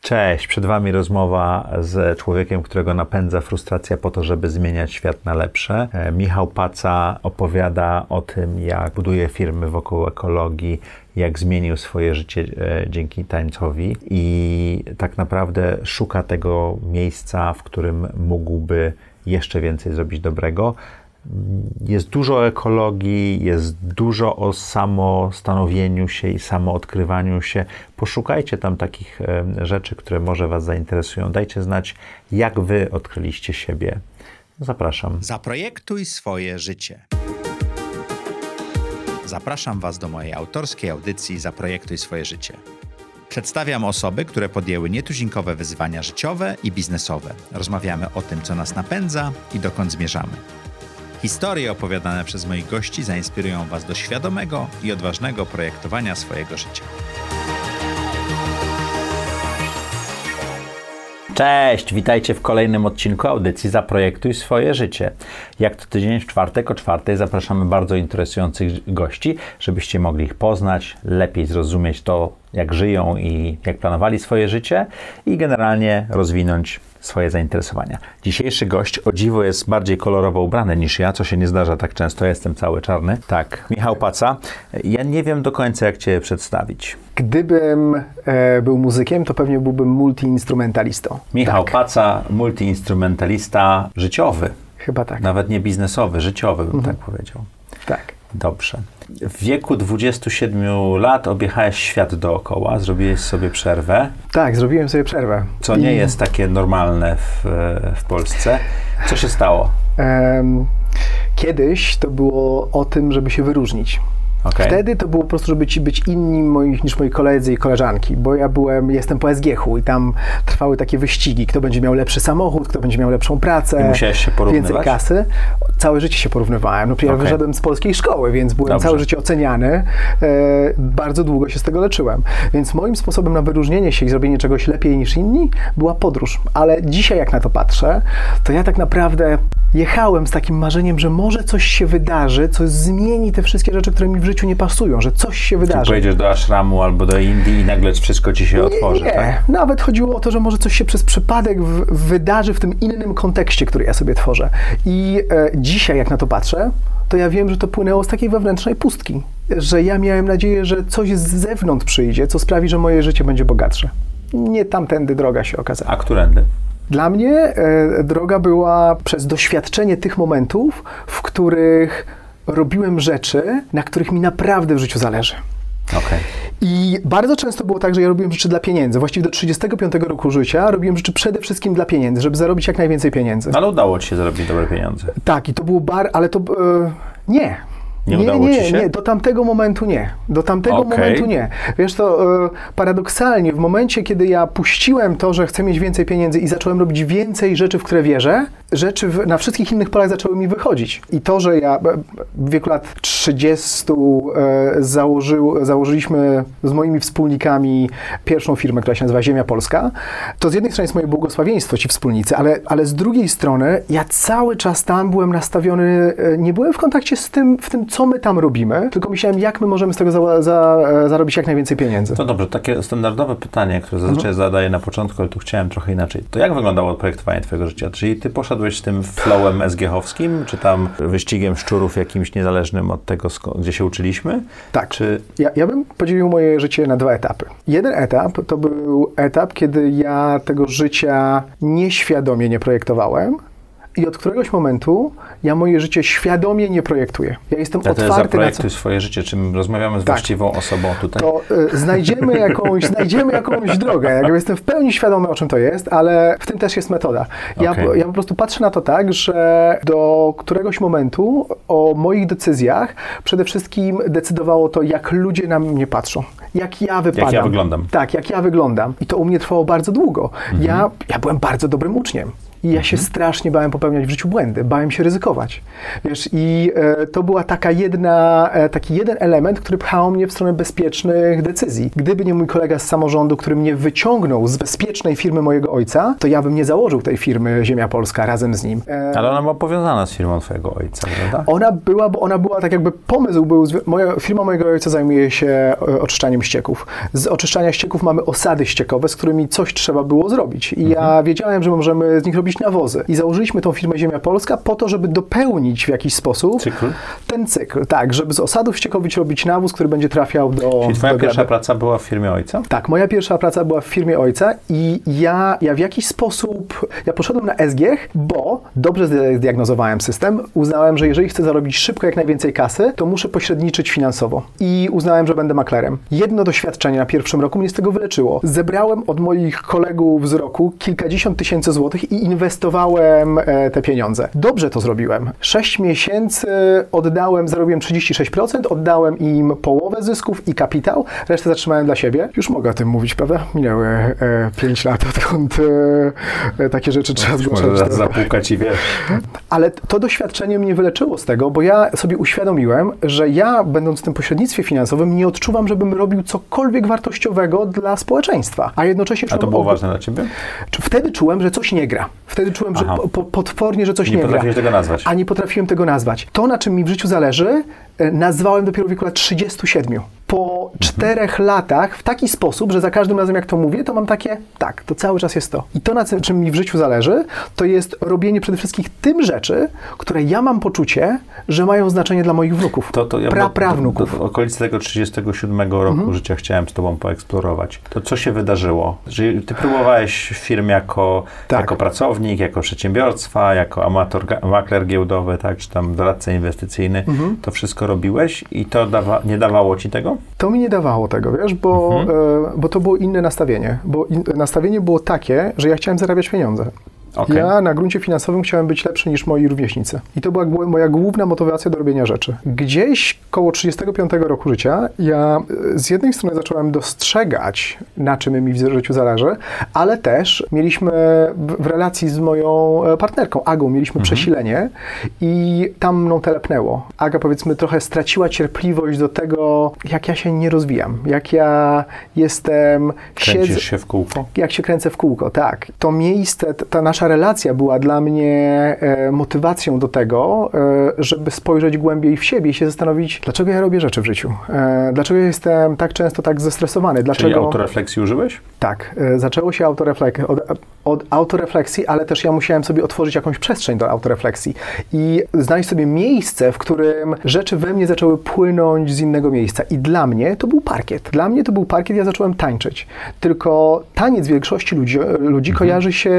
Cześć, przed Wami rozmowa z człowiekiem, którego napędza frustracja po to, żeby zmieniać świat na lepsze. Michał Paca opowiada o tym, jak buduje firmy wokół ekologii, jak zmienił swoje życie dzięki tańcowi i tak naprawdę szuka tego miejsca, w którym mógłby jeszcze więcej zrobić dobrego. Jest dużo o ekologii, jest dużo o samostanowieniu się i samoodkrywaniu się. Poszukajcie tam takich rzeczy, które może Was zainteresują. Dajcie znać, jak Wy odkryliście siebie. Zapraszam. Zaprojektuj swoje życie. Zapraszam Was do mojej autorskiej audycji Zaprojektuj swoje życie. Przedstawiam osoby, które podjęły nietuzinkowe wyzwania życiowe i biznesowe. Rozmawiamy o tym, co nas napędza i dokąd zmierzamy. Historie opowiadane przez moich gości zainspirują Was do świadomego i odważnego projektowania swojego życia. Cześć, witajcie w kolejnym odcinku audycji Zaprojektuj swoje życie. Jak co tydzień w czwartek o 4:00 zapraszamy bardzo interesujących gości, żebyście mogli ich poznać, lepiej zrozumieć to, jak żyją i jak planowali swoje życie i generalnie rozwinąć swoje zainteresowania. Dzisiejszy gość, o dziwo, jest bardziej kolorowo ubrany niż ja, co się nie zdarza tak często, ja jestem cały czarny. Tak, Michał Paca. Ja nie wiem do końca, jak Cię przedstawić. Gdybym był muzykiem, to pewnie byłbym multiinstrumentalistą. Michał Paca, multiinstrumentalista życiowy. Chyba tak. Nawet nie biznesowy, życiowy bym tak powiedział. Tak. Dobrze. W wieku 27 lat objechałeś świat dookoła, zrobiłeś sobie przerwę. Tak, zrobiłem sobie przerwę. Co nie jest takie normalne w Polsce. Co się stało? Kiedyś to było o tym, żeby się wyróżnić. Okay. Wtedy to było po prostu, żeby być innym niż moi koledzy i koleżanki, bo jestem po SGH-u i tam trwały takie wyścigi, kto będzie miał lepszy samochód, kto będzie miał lepszą pracę, I musiałeś się porównywać? Więcej kasy. Całe życie się porównywałem. No, ja wyszedłem z polskiej szkoły, więc byłem całe życie oceniany. Bardzo długo się z tego leczyłem. Więc moim sposobem na wyróżnienie się i zrobienie czegoś lepiej niż inni była podróż. Ale dzisiaj, jak na to patrzę, to ja tak naprawdę jechałem z takim marzeniem, że może coś się wydarzy, coś zmieni te wszystkie rzeczy, które mi w życiu nie pasują, że coś się wydarzy. Ty pojedziesz do ashramu albo do Indii i nagle wszystko ci się otworzy, nie. Tak? Nawet chodziło o to, że może coś się przez przypadek wydarzy w tym innym kontekście, który ja sobie tworzę. I dzisiaj, jak na to patrzę, to ja wiem, że to płynęło z takiej wewnętrznej pustki. Że ja miałem nadzieję, że coś z zewnątrz przyjdzie, co sprawi, że moje życie będzie bogatsze. Nie tamtędy droga się okazała. A którędy? Dla mnie droga była przez doświadczenie tych momentów, w których robiłem rzeczy, na których mi naprawdę w życiu zależy. Okay. I bardzo często było tak, że ja robiłem rzeczy dla pieniędzy. Właściwie do 35 roku życia robiłem rzeczy przede wszystkim dla pieniędzy, żeby zarobić jak najwięcej pieniędzy. Ale udało Ci się zarobić dobre pieniądze. Tak, i to było ale to... nie. Nie udało Ci się? Nie, do tamtego momentu nie. Do tamtego momentu nie. Wiesz, to paradoksalnie, w momencie, kiedy ja puściłem to, że chcę mieć więcej pieniędzy i zacząłem robić więcej rzeczy, w które wierzę, rzeczy na wszystkich innych polach zaczęły mi wychodzić. I to, że ja w wieku lat 30 założyliśmy z moimi wspólnikami pierwszą firmę, która się nazywa Ziemia Polska, to z jednej strony jest moje błogosławieństwo, ci wspólnicy, ale z drugiej strony ja cały czas tam byłem nastawiony, nie byłem w kontakcie z tym, co my tam robimy, tylko myślałem, jak my możemy z tego zarobić jak najwięcej pieniędzy. To dobrze, takie standardowe pytanie, które zazwyczaj zadaję na początku, ale tu chciałem trochę inaczej. To jak wyglądało projektowanie Twojego życia? Czyli Ty poszedłeś z tym flowem SGH-owskim, czy tam wyścigiem szczurów jakimś niezależnym od tego, gdzie się uczyliśmy? Tak. Ja bym podzielił moje życie na 2 etapy. Jeden etap to był etap, kiedy ja tego życia nieświadomie nie projektowałem, i od któregoś momentu ja moje życie świadomie nie projektuję. Ja jestem otwarty na Zaprojektuj swoje życie, czym rozmawiamy z właściwą osobą tutaj. To znajdziemy jakąś drogę. Jakby jestem w pełni świadomy, o czym to jest, ale w tym też jest metoda. Ja po prostu patrzę na to tak, że do któregoś momentu o moich decyzjach przede wszystkim decydowało to, jak ludzie na mnie patrzą. Jak ja wypadam. Jak ja wyglądam. Tak, jak ja wyglądam. I to u mnie trwało bardzo długo. Ja byłem bardzo dobrym uczniem. I ja się strasznie bałem popełniać w życiu błędy, bałem się ryzykować. Wiesz, i to była taki jeden element, który pchał mnie w stronę bezpiecznych decyzji. Gdyby nie mój kolega z samorządu, który mnie wyciągnął z bezpiecznej firmy mojego ojca, to ja bym nie założył tej firmy Ziemia Polska razem z nim. Ale ona była powiązana z firmą twojego ojca, prawda? Ona była tak jakby pomysł był, firma mojego ojca zajmuje się oczyszczaniem ścieków. Z oczyszczania ścieków mamy osady ściekowe, z którymi coś trzeba było zrobić. I ja wiedziałem, że możemy z nich robić nawozy. I założyliśmy tą firmę Ziemia Polska po to, żeby dopełnić w jakiś sposób ten cykl. Tak, żeby z osadów ściekowych robić nawóz, który będzie trafiał do... Czyli twoja pierwsza praca była w firmie ojca? Tak, moja pierwsza praca była w firmie ojca i ja w jakiś sposób, ja poszedłem na SGH, bo dobrze zdiagnozowałem system. Uznałem, że jeżeli chcę zarobić szybko jak najwięcej kasy, to muszę pośredniczyć finansowo. I uznałem, że będę maklerem. Jedno doświadczenie na pierwszym roku mnie z tego wyleczyło. Zebrałem od moich kolegów z roku kilkadziesiąt tysięcy złotych i inwestowałem te pieniądze. Dobrze to zrobiłem. 6 miesięcy zarobiłem 36%, oddałem im połowę zysków i kapitał, resztę zatrzymałem dla siebie. Już mogę o tym mówić, prawda? Minęły 5 lat, odkąd takie rzeczy trzeba zgłaszać. Może zapukać i wiesz. Ale to doświadczenie mnie wyleczyło z tego, bo ja sobie uświadomiłem, że ja, będąc w tym pośrednictwie finansowym, nie odczuwam, żebym robił cokolwiek wartościowego dla społeczeństwa. A jednocześnie A to było ważne dla ciebie? Wtedy czułem, że coś nie gra. Wtedy czułem, że potwornie, że coś nie gra. Nie potrafiłeś tego nazwać. A nie potrafiłem tego nazwać. To, na czym mi w życiu zależy, nazwałem dopiero w wieku lat 37. Po 4 latach w taki sposób, że za każdym razem jak to mówię, to mam takie, tak, to cały czas jest to. I to, na czym mi w życiu zależy, to jest robienie przede wszystkim tym rzeczy, które ja mam poczucie, że mają znaczenie dla moich wnuków, praprawnuków. W okolicy tego 37 roku życia chciałem z tobą poeksplorować. To co się wydarzyło? Że ty próbowałeś w firmie jako pracownik, jako przedsiębiorstwa, jako makler giełdowy, tak, czy tam doradca inwestycyjny. To wszystko robiłeś i to nie dawało ci tego? To mi nie dawało tego, wiesz, bo to było inne nastawienie. Bo nastawienie było takie, że ja chciałem zarabiać pieniądze. Okay. Ja na gruncie finansowym chciałem być lepszy niż moi rówieśnicy. I to była moja główna motywacja do robienia rzeczy. Gdzieś koło 35 roku życia ja z jednej strony zacząłem dostrzegać, na czym mi w życiu zależy, ale też mieliśmy w relacji z moją partnerką, Agą, mieliśmy przesilenie i tam mną telepnęło. Aga, powiedzmy, trochę straciła cierpliwość do tego, jak ja się nie rozwijam, jak ja jestem... Kręcisz się w kółko? Jak się kręcę w kółko, tak. To miejsce, ta nasza relacja była dla mnie motywacją do tego, żeby spojrzeć głębiej w siebie i się zastanowić, dlaczego ja robię rzeczy w życiu. Dlaczego ja jestem tak często tak zestresowany. Czyli autorefleksji użyłeś? Tak. Zaczęło się od autorefleksji, ale też ja musiałem sobie otworzyć jakąś przestrzeń do autorefleksji i znaleźć sobie miejsce, w którym rzeczy we mnie zaczęły płynąć z innego miejsca. I dla mnie to był parkiet. Ja zacząłem tańczyć. Tylko taniec większości ludzi kojarzy się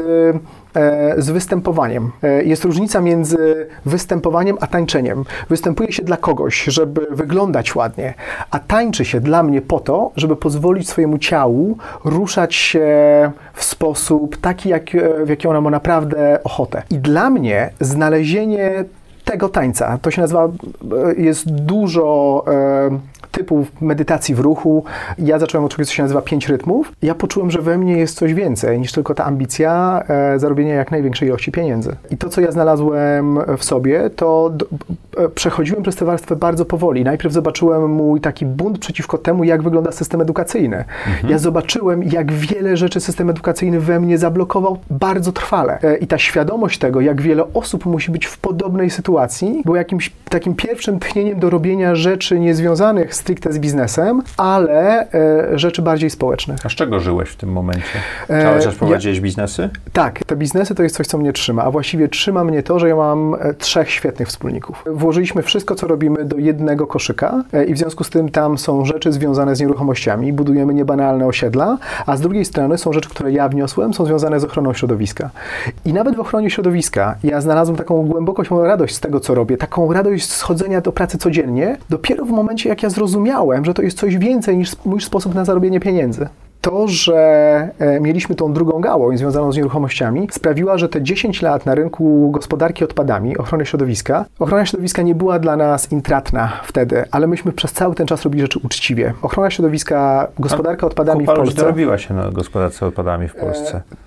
z występowaniem. Jest różnica między występowaniem a tańczeniem. Występuje się dla kogoś, żeby wyglądać ładnie, a tańczy się dla mnie po to, żeby pozwolić swojemu ciału ruszać się w sposób taki, w jaki ona ma naprawdę ochotę. I dla mnie znalezienie tego tańca, to się nazywa, jest dużo typów medytacji w ruchu. Ja zacząłem od czegoś, co się nazywa 5 rytmów. Ja poczułem, że we mnie jest coś więcej niż tylko ta ambicja zarobienia jak największej ilości pieniędzy. I to, co ja znalazłem w sobie, to przechodziłem przez tę warstwę bardzo powoli. Najpierw zobaczyłem mój taki bunt przeciwko temu, jak wygląda system edukacyjny. Ja zobaczyłem, jak wiele rzeczy system edukacyjny we mnie zablokował bardzo trwale. I ta świadomość tego, jak wiele osób musi być w podobnej sytuacji, było jakimś takim pierwszym tchnieniem do robienia rzeczy niezwiązanych stricte z biznesem, ale rzeczy bardziej społecznych. A z czego żyłeś w tym momencie? Cały czas prowadziłeś biznesy? Tak, te biznesy to jest coś, co mnie trzyma, a właściwie trzyma mnie to, że ja mam 3 świetnych wspólników. Włożyliśmy wszystko, co robimy, do jednego koszyka i w związku z tym tam są rzeczy związane z nieruchomościami, budujemy niebanalne osiedla, a z drugiej strony są rzeczy, które ja wniosłem, są związane z ochroną środowiska. I nawet w ochronie środowiska ja znalazłem taką głęboką radość z tego, co robię, taką radość z chodzenia do pracy codziennie, dopiero w momencie, jak ja zrozumiałem, że to jest coś więcej niż mój sposób na zarobienie pieniędzy. To, że mieliśmy tą drugą gałąź związaną z nieruchomościami, sprawiła, że te 10 lat na rynku gospodarki odpadami, ochrona środowiska nie była dla nas intratna wtedy, ale myśmy przez cały ten czas robili rzeczy uczciwie. Ochrona środowiska, gospodarka odpadami w Polsce... Kupa robiła się na gospodarce odpadami w Polsce.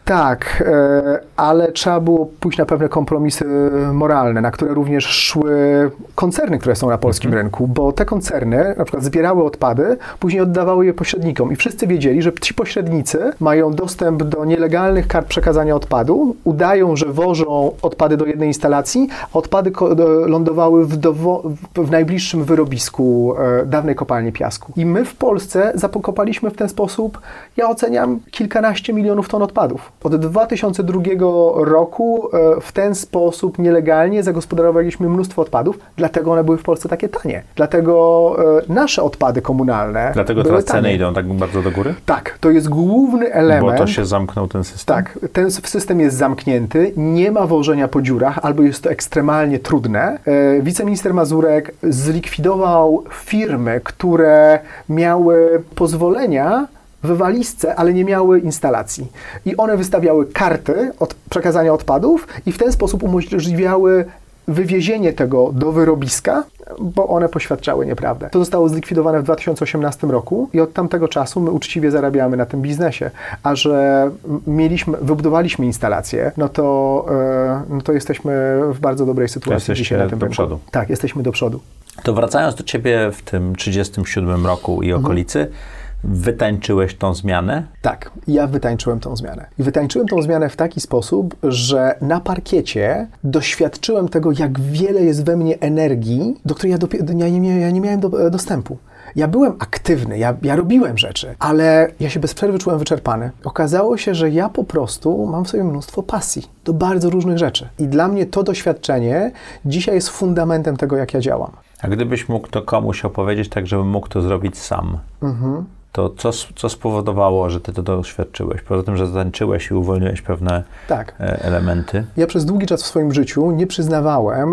Tak, ale trzeba było pójść na pewne kompromisy moralne, na które również szły koncerny, które są na polskim rynku, bo te koncerny na przykład zbierały odpady, później oddawały je pośrednikom i wszyscy wiedzieli, że ci pośrednicy mają dostęp do nielegalnych kart przekazania odpadu, udają, że wożą odpady do jednej instalacji, a odpady lądowały w najbliższym wyrobisku dawnej kopalni piasku. I my w Polsce zapokopaliśmy w ten sposób, ja oceniam, kilkanaście milionów ton odpadów. Od 2002 roku w ten sposób nielegalnie zagospodarowaliśmy mnóstwo odpadów, dlatego one były w Polsce takie tanie. Dlatego nasze odpady komunalne Dlatego były teraz ceny tanie. idą tak bardzo do góry? Tak, to jest główny element. Bo to się zamknął ten system? Tak, ten system jest zamknięty, nie ma wożenia po dziurach, albo jest to ekstremalnie trudne. Wiceminister Mazurek zlikwidował firmy, które miały pozwolenia w walizce, ale nie miały instalacji. I one wystawiały karty od przekazania odpadów i w ten sposób umożliwiały wywiezienie tego do wyrobiska, bo one poświadczały nieprawdę. To zostało zlikwidowane w 2018 roku i od tamtego czasu my uczciwie zarabiamy na tym biznesie. A że wybudowaliśmy instalację, no to jesteśmy w bardzo dobrej sytuacji dzisiaj na tym rynku. Przodu. Tak, jesteśmy do przodu. To wracając do Ciebie w tym 37 roku i okolicy, wytańczyłeś tą zmianę? Tak, ja wytańczyłem tą zmianę. I wytańczyłem tą zmianę w taki sposób, że na parkiecie doświadczyłem tego, jak wiele jest we mnie energii, do której ja nie miałem dostępu. Ja byłem aktywny, ja robiłem rzeczy, ale ja się bez przerwy czułem wyczerpany. Okazało się, że ja po prostu mam w sobie mnóstwo pasji do bardzo różnych rzeczy. I dla mnie to doświadczenie dzisiaj jest fundamentem tego, jak ja działam. A gdybyś mógł to komuś opowiedzieć tak, żebym mógł to zrobić sam, to co spowodowało, że ty to doświadczyłeś? Poza tym, że zatańczyłeś i uwolniłeś pewne elementy. Ja przez długi czas w swoim życiu nie przyznawałem,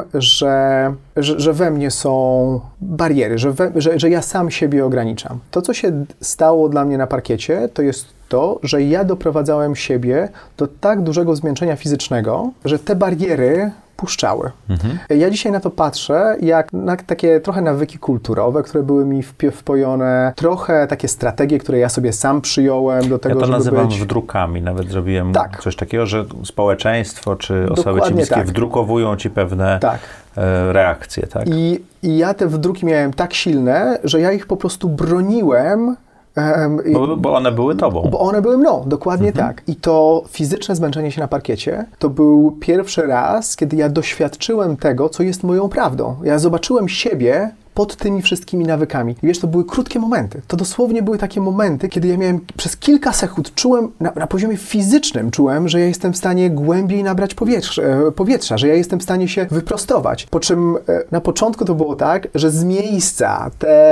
że we mnie są bariery, że ja sam siebie ograniczam. To, co się stało dla mnie na parkiecie, to jest to, że ja doprowadzałem siebie do tak dużego zmęczenia fizycznego, że te bariery puszczały. Ja dzisiaj na to patrzę jak na takie trochę nawyki kulturowe, które były mi wpojone, trochę takie strategie, które ja sobie sam przyjąłem do tego, żeby być... Ja to nazywam wdrukami. Nawet zrobiłem coś takiego, że społeczeństwo czy osoby ci bliskie wdrukowują ci pewne reakcje. Tak? I ja te wdruki miałem tak silne, że ja ich po prostu broniłem. Bo one były tobą. Bo one były mną, dokładnie tak. I to fizyczne zmęczenie się na parkiecie to był pierwszy raz, kiedy ja doświadczyłem tego, co jest moją prawdą. Ja zobaczyłem siebie pod tymi wszystkimi nawykami. I wiesz, to były krótkie momenty. To dosłownie były takie momenty, kiedy ja miałem przez kilka sekund, czułem, na poziomie fizycznym czułem, że ja jestem w stanie głębiej nabrać powietrza, że ja jestem w stanie się wyprostować. Po czym na początku to było tak, że z miejsca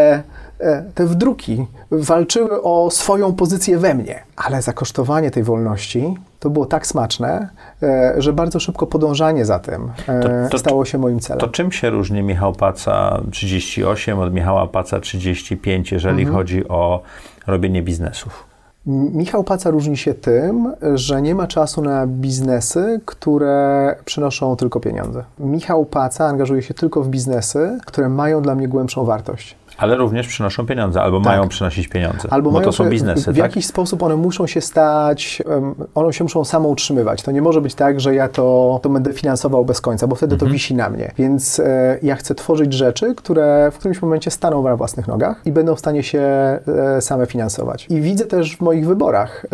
te wdruki walczyły o swoją pozycję we mnie. Ale zakosztowanie tej wolności to było tak smaczne, że bardzo szybko podążanie za tym stało się moim celem. To czym się różni Michał Paca 38 od Michała Paca 35, jeżeli chodzi o robienie biznesów? Michał Paca różni się tym, że nie ma czasu na biznesy, które przynoszą tylko pieniądze. Michał Paca angażuje się tylko w biznesy, które mają dla mnie głębszą wartość. Ale również przynoszą pieniądze, albo mają przynosić pieniądze, bo to są biznesy, w jakiś sposób one muszą się one się muszą samoutrzymywać. To nie może być tak, że ja to będę finansował bez końca, bo wtedy to wisi na mnie. Więc ja chcę tworzyć rzeczy, które w którymś momencie staną na własnych nogach i będą w stanie się same finansować. I widzę też w moich wyborach,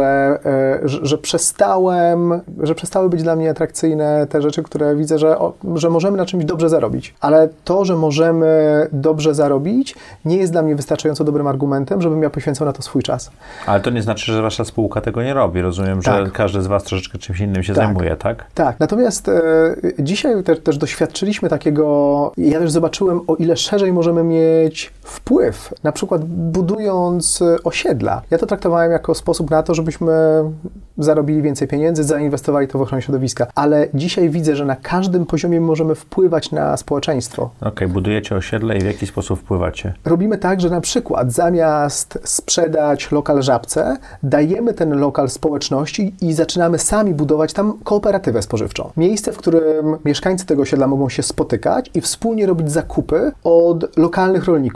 że przestały być dla mnie atrakcyjne te rzeczy, które widzę, że możemy na czymś dobrze zarobić. Ale to, że możemy dobrze zarobić, nie jest dla mnie wystarczająco dobrym argumentem, żebym ja poświęcał na to swój czas. Ale to nie znaczy, że wasza spółka tego nie robi. Rozumiem, że każdy z was troszeczkę czymś innym się zajmuje, tak? Tak. Natomiast dzisiaj też doświadczyliśmy takiego, ja też zobaczyłem, o ile szerzej możemy mieć wpływ, na przykład budując osiedla. Ja to traktowałem jako sposób na to, żebyśmy zarobili więcej pieniędzy, zainwestowali to w ochronę środowiska. Ale dzisiaj widzę, że na każdym poziomie możemy wpływać na społeczeństwo. Okej, budujecie osiedle i w jaki sposób wpływacie? Robimy tak, że na przykład zamiast sprzedać lokal Żabce, dajemy ten lokal społeczności i zaczynamy sami budować tam kooperatywę spożywczą. Miejsce, w którym mieszkańcy tego osiedla mogą się spotykać i wspólnie robić zakupy od lokalnych rolników.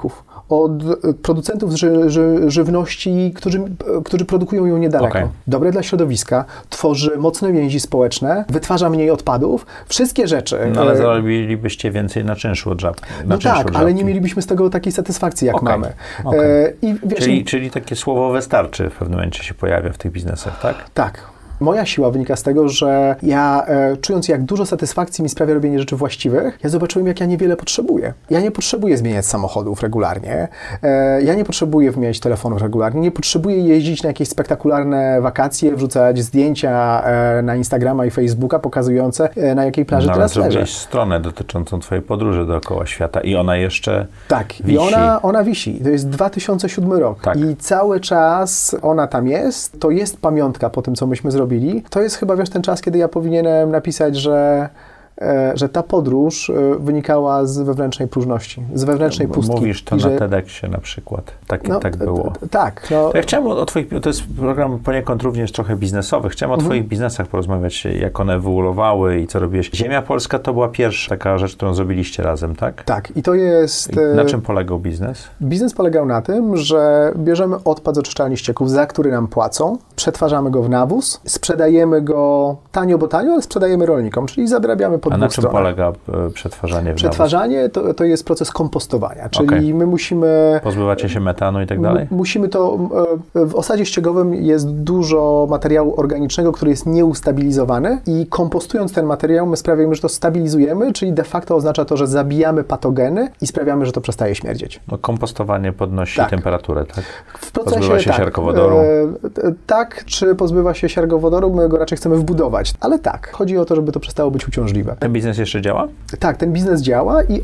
od producentów żywności, którzy produkują ją niedaleko. Dobre dla środowiska, tworzy mocne więzi społeczne, wytwarza mniej odpadów, wszystkie rzeczy. No ale zarobilibyście więcej na czynszu od żabki. Ale nie mielibyśmy z tego takiej satysfakcji, jak mamy. I wiesz, czyli takie słowo wystarczy w pewnym momencie się pojawia w tych biznesach, tak? Tak. Moja siła wynika z tego, że ja, czując jak dużo satysfakcji mi sprawia robienie rzeczy właściwych, ja zobaczyłem, jak ja niewiele potrzebuję. Ja nie potrzebuję zmieniać samochodów regularnie, ja nie potrzebuję wymieniać telefonów regularnie, nie potrzebuję jeździć na jakieś spektakularne wakacje, wrzucać zdjęcia na Instagrama i Facebooka pokazujące, na jakiej plaży teraz leżę. Zrobiłeś stronę dotyczącą twojej podróży dookoła świata i ona jeszcze wisi. I ona wisi. To jest 2007 rok. Tak. I cały czas ona tam jest. To jest pamiątka po tym, co myśmy zrobili. To jest chyba, ten czas, kiedy ja powinienem napisać, że ta podróż wynikała z wewnętrznej próżności, z wewnętrznej pustki. Mówisz to na TEDxie na przykład. Tak było. Tak. To ja chciałem o twoich, to jest program poniekąd również trochę biznesowy. Chciałem o twoich biznesach porozmawiać, jak one ewoluowały i co robiłeś. Ziemia Polska to była pierwsza taka rzecz, którą zrobiliście razem, tak? Tak. I to jest... Na czym polegał biznes? Biznes polegał na tym, że bierzemy odpad z oczyszczalni ścieków, za który nam płacą, przetwarzamy go w nawóz, sprzedajemy go tanio, ale sprzedajemy rolnikom, czyli zarabiamy po A na czym polega przetwarzanie w Przetwarzanie to jest proces kompostowania, czyli my musimy... Pozbywacie się metanu i tak dalej? Musimy to... W osadzie ściegowym jest dużo materiału organicznego, który jest nieustabilizowany i kompostując ten materiał my sprawiamy, że to stabilizujemy, czyli de facto oznacza to, że zabijamy patogeny i sprawiamy, że to przestaje śmierdzieć. No, kompostowanie podnosi temperaturę, tak? W procesie, pozbywa się siarkowodoru? Tak, czy pozbywa się siarkowodoru? My go raczej chcemy wbudować, ale tak. Chodzi o to, żeby to przestało być uciążliwe. Ten biznes jeszcze działa? Tak, ten biznes działa i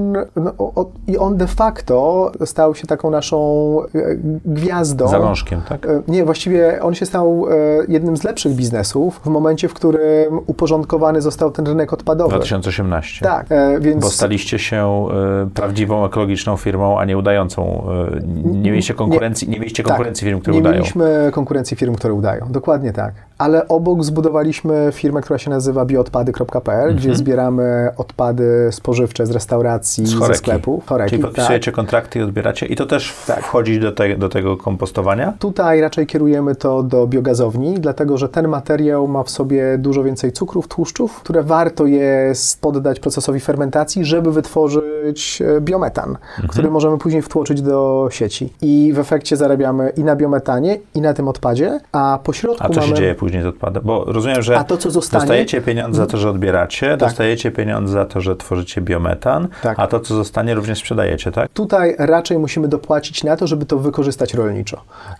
on de facto stał się taką naszą gwiazdą. Zalążkiem, tak? Nie, właściwie on się stał jednym z lepszych biznesów w momencie, w którym uporządkowany został ten rynek odpadowy. 2018. Tak, więc... Bo staliście się prawdziwą ekologiczną firmą, a nie udającą. Nie mieliście konkurencji, firm, które udają. Nie mieliśmy konkurencji firm, które udają. Dokładnie tak. Ale obok zbudowaliśmy firmę, która się nazywa bioodpady.pl, gdzie zbieramy odpady spożywcze z restauracji, ze sklepów. Czyli podpisujecie kontrakty i odbieracie. I to też wchodzi do tego kompostowania? Tutaj raczej kierujemy to do biogazowni, dlatego że ten materiał ma w sobie dużo więcej cukrów, tłuszczów, które warto jest poddać procesowi fermentacji, żeby wytworzyć biometan, który możemy później wtłoczyć do sieci. I w efekcie zarabiamy i na biometanie, i na tym odpadzie, a po środku mamy... A co się dzieje później z odpadem? Bo rozumiem, że dostajecie pieniądze za to, że odbieracie, dostajecie pieniądze za to, że tworzycie biometan, a to, co zostanie, również sprzedajecie, tak? Tutaj raczej musimy dopłacić na to, żeby to wykorzystać rolniczo.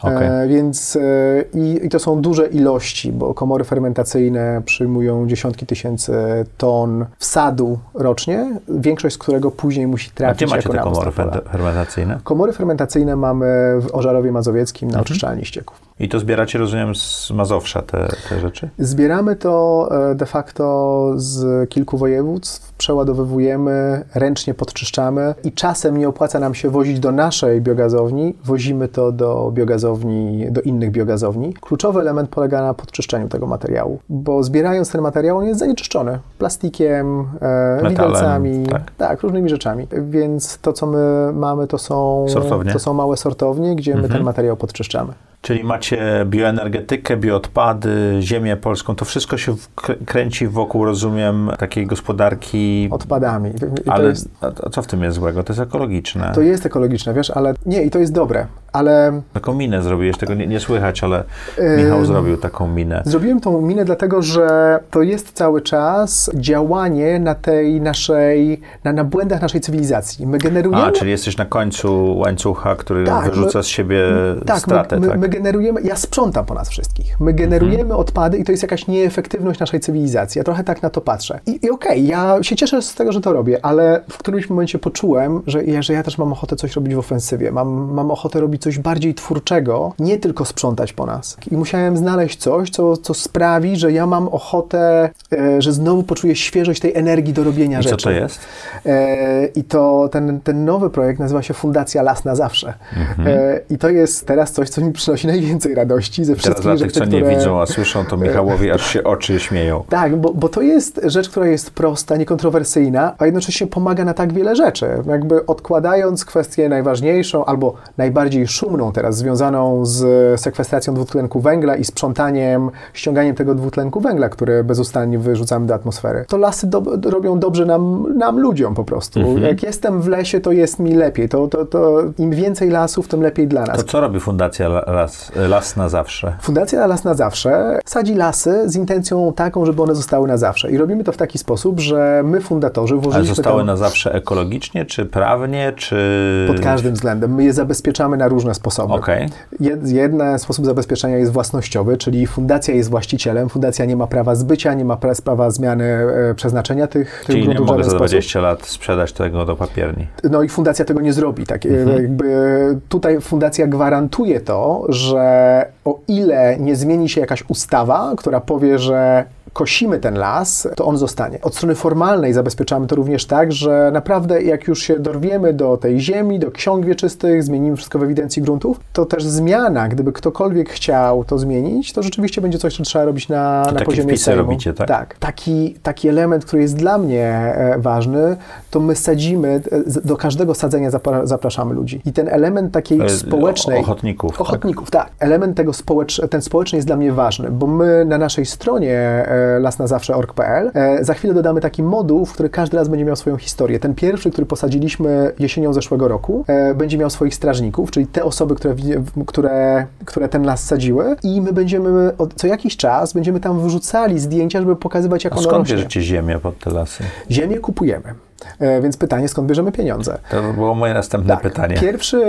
Więc i to są duże ilości, bo komory fermentacyjne przyjmują dziesiątki tysięcy ton wsadu rocznie, większość z którego później musi trafić jako nawóz. Gdzie macie te komory fermentacyjne? Komory fermentacyjne mamy w Ożarowie Mazowieckim na oczyszczalni ścieków. I to zbieracie, rozumiem, z Mazowsza te rzeczy? Zbieramy to de facto z kilku województw, przeładowywujemy, ręcznie podczyszczamy i czasem nie opłaca nam się wozić do naszej biogazowni, wozimy to do biogazowni, do innych biogazowni. Kluczowy element polega na podczyszczeniu tego materiału, bo zbierając ten materiał, on jest zanieczyszczony plastikiem, widelcami, różnymi rzeczami. Więc to, co my mamy, to są małe sortownie, gdzie my ten materiał podczyszczamy. Czyli macie bioenergetykę, bioodpady, ziemię polską, to wszystko się kręci wokół, rozumiem, takiej gospodarki... Odpadami. Ale a co w tym jest złego? To jest ekologiczne. To jest ekologiczne, wiesz, ale nie, i to jest dobre, ale... Taką minę zrobiłeś, tego nie słychać, ale Michał zrobił taką minę. Zrobiłem tą minę dlatego, że to jest cały czas działanie na tej naszej, na błędach naszej cywilizacji. My generujemy... czyli jesteś na końcu łańcucha, który wyrzuca z siebie stratę, My generujemy, ja sprzątam po nas wszystkich. My generujemy odpady i to jest jakaś nieefektywność naszej cywilizacji. Ja trochę tak na to patrzę. I okej, ja się cieszę z tego, że to robię, ale w którymś momencie poczułem, że ja też mam ochotę coś robić w ofensywie. Mam ochotę robić coś bardziej twórczego, nie tylko sprzątać po nas. I musiałem znaleźć coś, co sprawi, że ja mam ochotę, że znowu poczuję świeżość tej energii do robienia rzeczy. I co to jest? I to ten nowy projekt nazywa się Fundacja Las na Zawsze. I to jest teraz coś, co mi przynosi najwięcej radości ze wszystkich teraz rzeczy, dla tych, co nie widzą, a słyszą, to Michałowi aż się oczy śmieją. Tak, bo to jest rzecz, która jest prosta, niekontrowersyjna, a jednocześnie pomaga na tak wiele rzeczy. Jakby odkładając kwestię najważniejszą albo najbardziej szumną teraz, związaną z sekwestracją dwutlenku węgla i sprzątaniem, ściąganiem tego dwutlenku węgla, które bezustannie wyrzucamy do atmosfery. To lasy robią dobrze nam ludziom po prostu. Jak jestem w lesie, to jest mi lepiej. To im więcej lasów, tym lepiej dla nas. To co robi Fundacja Las na Zawsze? Fundacja Las na Zawsze sadzi lasy z intencją taką, żeby one zostały na zawsze. I robimy to w taki sposób, że my, fundatorzy, włożyliśmy... Ale zostały na zawsze ekologicznie, czy prawnie, czy... Pod każdym względem. My je zabezpieczamy na różne sposoby. Okay. Jeden sposób zabezpieczenia jest własnościowy, czyli fundacja jest właścicielem, fundacja nie ma prawa zbycia, nie ma prawa zmiany przeznaczenia tych czyli gruntów. Czyli nie mogę za 20 lat sprzedać tego do papierni. No i fundacja tego nie zrobi. Tak? Jakby tutaj fundacja gwarantuje to, że o ile nie zmieni się jakaś ustawa, która powie, że kosimy ten las, to on zostanie. Od strony formalnej zabezpieczamy to również tak, że naprawdę jak już się dorwiemy do tej ziemi, do ksiąg wieczystych, zmienimy wszystko w ewidencji gruntów, to też zmiana, gdyby ktokolwiek chciał to zmienić, to rzeczywiście będzie coś, co trzeba robić na poziomie Sejmu. Robicie, tak? Tak. Taki element, który jest dla mnie ważny, to my sadzimy, do każdego sadzenia zapraszamy ludzi. I ten element takiej społecznej... Ochotników, tak. Element tego ten społeczny jest dla mnie ważny, bo my na naszej stronie lasnazawsze.org.pl za chwilę dodamy taki moduł, w który każdy raz będzie miał swoją historię. Ten pierwszy, który posadziliśmy jesienią zeszłego roku, będzie miał swoich strażników, czyli te osoby, które ten las sadziły, i my będziemy co jakiś czas będziemy tam wrzucali zdjęcia, żeby pokazywać, jak ono rośnie. Skąd bierzecie ziemię pod te lasy? Ziemię kupujemy. Więc pytanie, skąd bierzemy pieniądze? To było moje następne pytanie.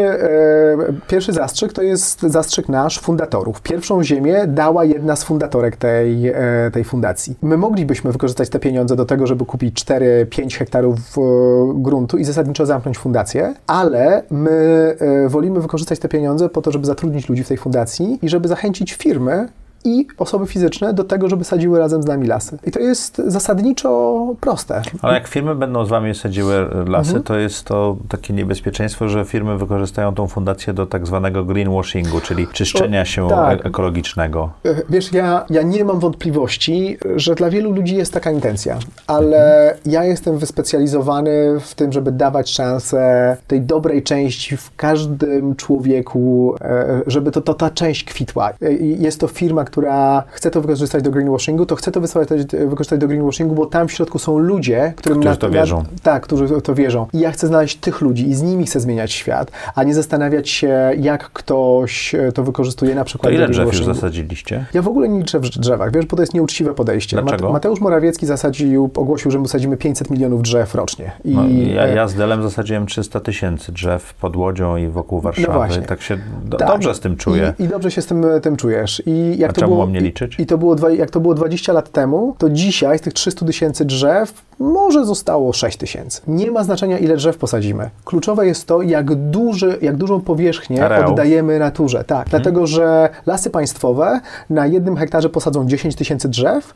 Pierwszy zastrzyk to jest zastrzyk nasz, fundatorów. Pierwszą ziemię dała jedna z fundatorek tej fundacji. My moglibyśmy wykorzystać te pieniądze do tego, żeby kupić 4-5 hektarów gruntu i zasadniczo zamknąć fundację, ale my wolimy wykorzystać te pieniądze po to, żeby zatrudnić ludzi w tej fundacji i żeby zachęcić firmy i osoby fizyczne do tego, żeby sadziły razem z nami lasy. I to jest zasadniczo proste. Ale jak firmy będą z wami sadziły lasy, to jest to takie niebezpieczeństwo, że firmy wykorzystają tą fundację do tak zwanego greenwashingu, czyli czyszczenia się ekologicznego. Wiesz, ja nie mam wątpliwości, że dla wielu ludzi jest taka intencja, ale ja jestem wyspecjalizowany w tym, żeby dawać szansę tej dobrej części w każdym człowieku, żeby ta część kwitła. Jest to firma, która chce to wykorzystać do greenwashingu, to chce to wykorzystać do greenwashingu, bo tam w środku są ludzie, którzy to wierzą. Którzy to wierzą. I ja chcę znaleźć tych ludzi i z nimi chcę zmieniać świat, a nie zastanawiać się, jak ktoś to wykorzystuje na przykład. To ile drzew już zasadziliście? Ja w ogóle nie liczę w drzewach, wiesz, bo to jest nieuczciwe podejście. Dlaczego? Mateusz Morawiecki ogłosił, że my sadzimy 500 milionów drzew rocznie. Ja z Delem zasadziłem 300 000 drzew pod Łodzią i wokół Warszawy. No właśnie. Tak się dobrze z tym czuję. I dobrze się z tym czujesz. Czemu mam nie liczyć? Jak to było 20 lat temu, to dzisiaj z tych 300 000 drzew może zostało 6 000. Nie ma znaczenia, ile drzew posadzimy. Kluczowe jest to, jak dużą powierzchnię oddajemy naturze. Tak, dlatego, że lasy państwowe na 1 hektarze posadzą 10 000 drzew,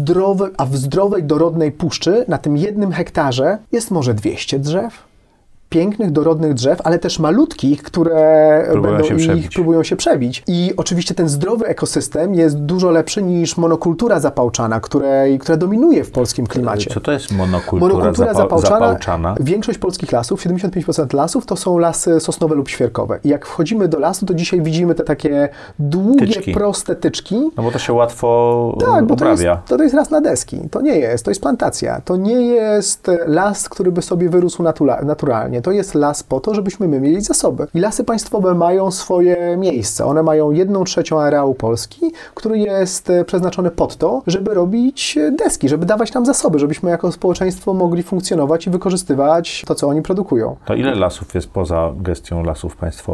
a w zdrowej, dorodnej puszczy na tym 1 hektarze jest może 200 drzew. Pięknych, dorodnych drzew, ale też malutkich, które próbują się przebić. I oczywiście ten zdrowy ekosystem jest dużo lepszy niż monokultura zapałczana, która dominuje w polskim klimacie. Co to jest monokultura zapałczana? Większość polskich lasów, 75% lasów, to są lasy sosnowe lub świerkowe. I jak wchodzimy do lasu, to dzisiaj widzimy te takie długie, proste tyczki. No bo to się łatwo uprawia. To jest las na deski. To jest plantacja. To nie jest las, który by sobie wyrósł naturalnie. To jest las po to, żebyśmy my mieli zasoby. I lasy państwowe mają swoje miejsce. One mają 1/3 areału Polski, który jest przeznaczony pod to, żeby robić deski, żeby dawać nam zasoby, żebyśmy jako społeczeństwo mogli funkcjonować i wykorzystywać to, co oni produkują. To ile lasów jest poza gestią lasów państwowych?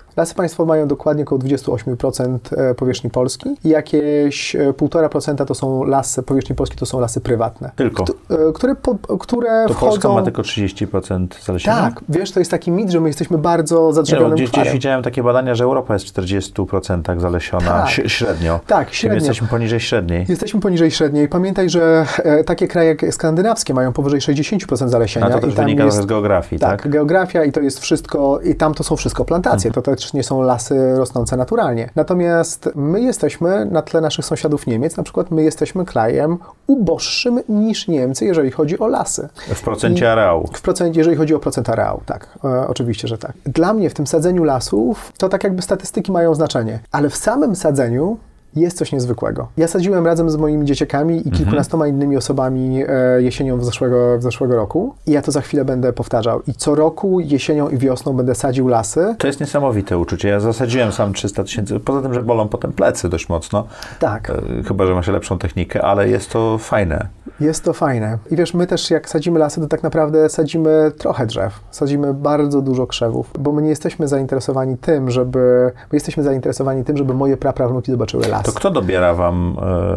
Lasy państwowe mają dokładnie około 28% powierzchni Polski i jakieś 1,5% to są lasy, powierzchni Polski to są lasy prywatne. Tylko? Które to wchodzą... Polska ma tylko 30% zalesienia? Tak, wiesz, to jest taki mit, że my jesteśmy bardzo zadrzewionym gdzieś widziałem takie badania, że Europa jest w 40% zalesiona średnio. Tak, średnio. My jesteśmy poniżej średniej. Jesteśmy poniżej średniej. Pamiętaj, że takie kraje jak skandynawskie mają powyżej 60% zalesienia. A to też wynika z geografii, tak? Tak, geografia i to jest wszystko, i tam to są wszystko plantacje, to też nie są lasy rosnące naturalnie. Natomiast my jesteśmy na tle naszych sąsiadów Niemiec, na przykład my jesteśmy krajem uboższym niż Niemcy, jeżeli chodzi o lasy. W procencie areału. Jeżeli chodzi o procent areału, tak. Oczywiście, że tak. Dla mnie w tym sadzeniu lasów to tak jakby statystyki mają znaczenie, ale w samym sadzeniu jest coś niezwykłego. Ja sadziłem razem z moimi dzieciakami i kilkunastoma innymi osobami jesienią zeszłego roku i ja to za chwilę będę powtarzał. I co roku jesienią i wiosną będę sadził lasy. To jest niesamowite uczucie. Ja zasadziłem sam 300 000, poza tym, że bolą potem plecy dość mocno. Tak. Chyba, że ma się lepszą technikę, ale jest to fajne. Jest to fajne. I wiesz, my też jak sadzimy lasy, to tak naprawdę sadzimy trochę drzew. Sadzimy bardzo dużo krzewów, bo my nie jesteśmy zainteresowani tym, żeby moje praprawnuki zobaczyły las. To kto dobiera wam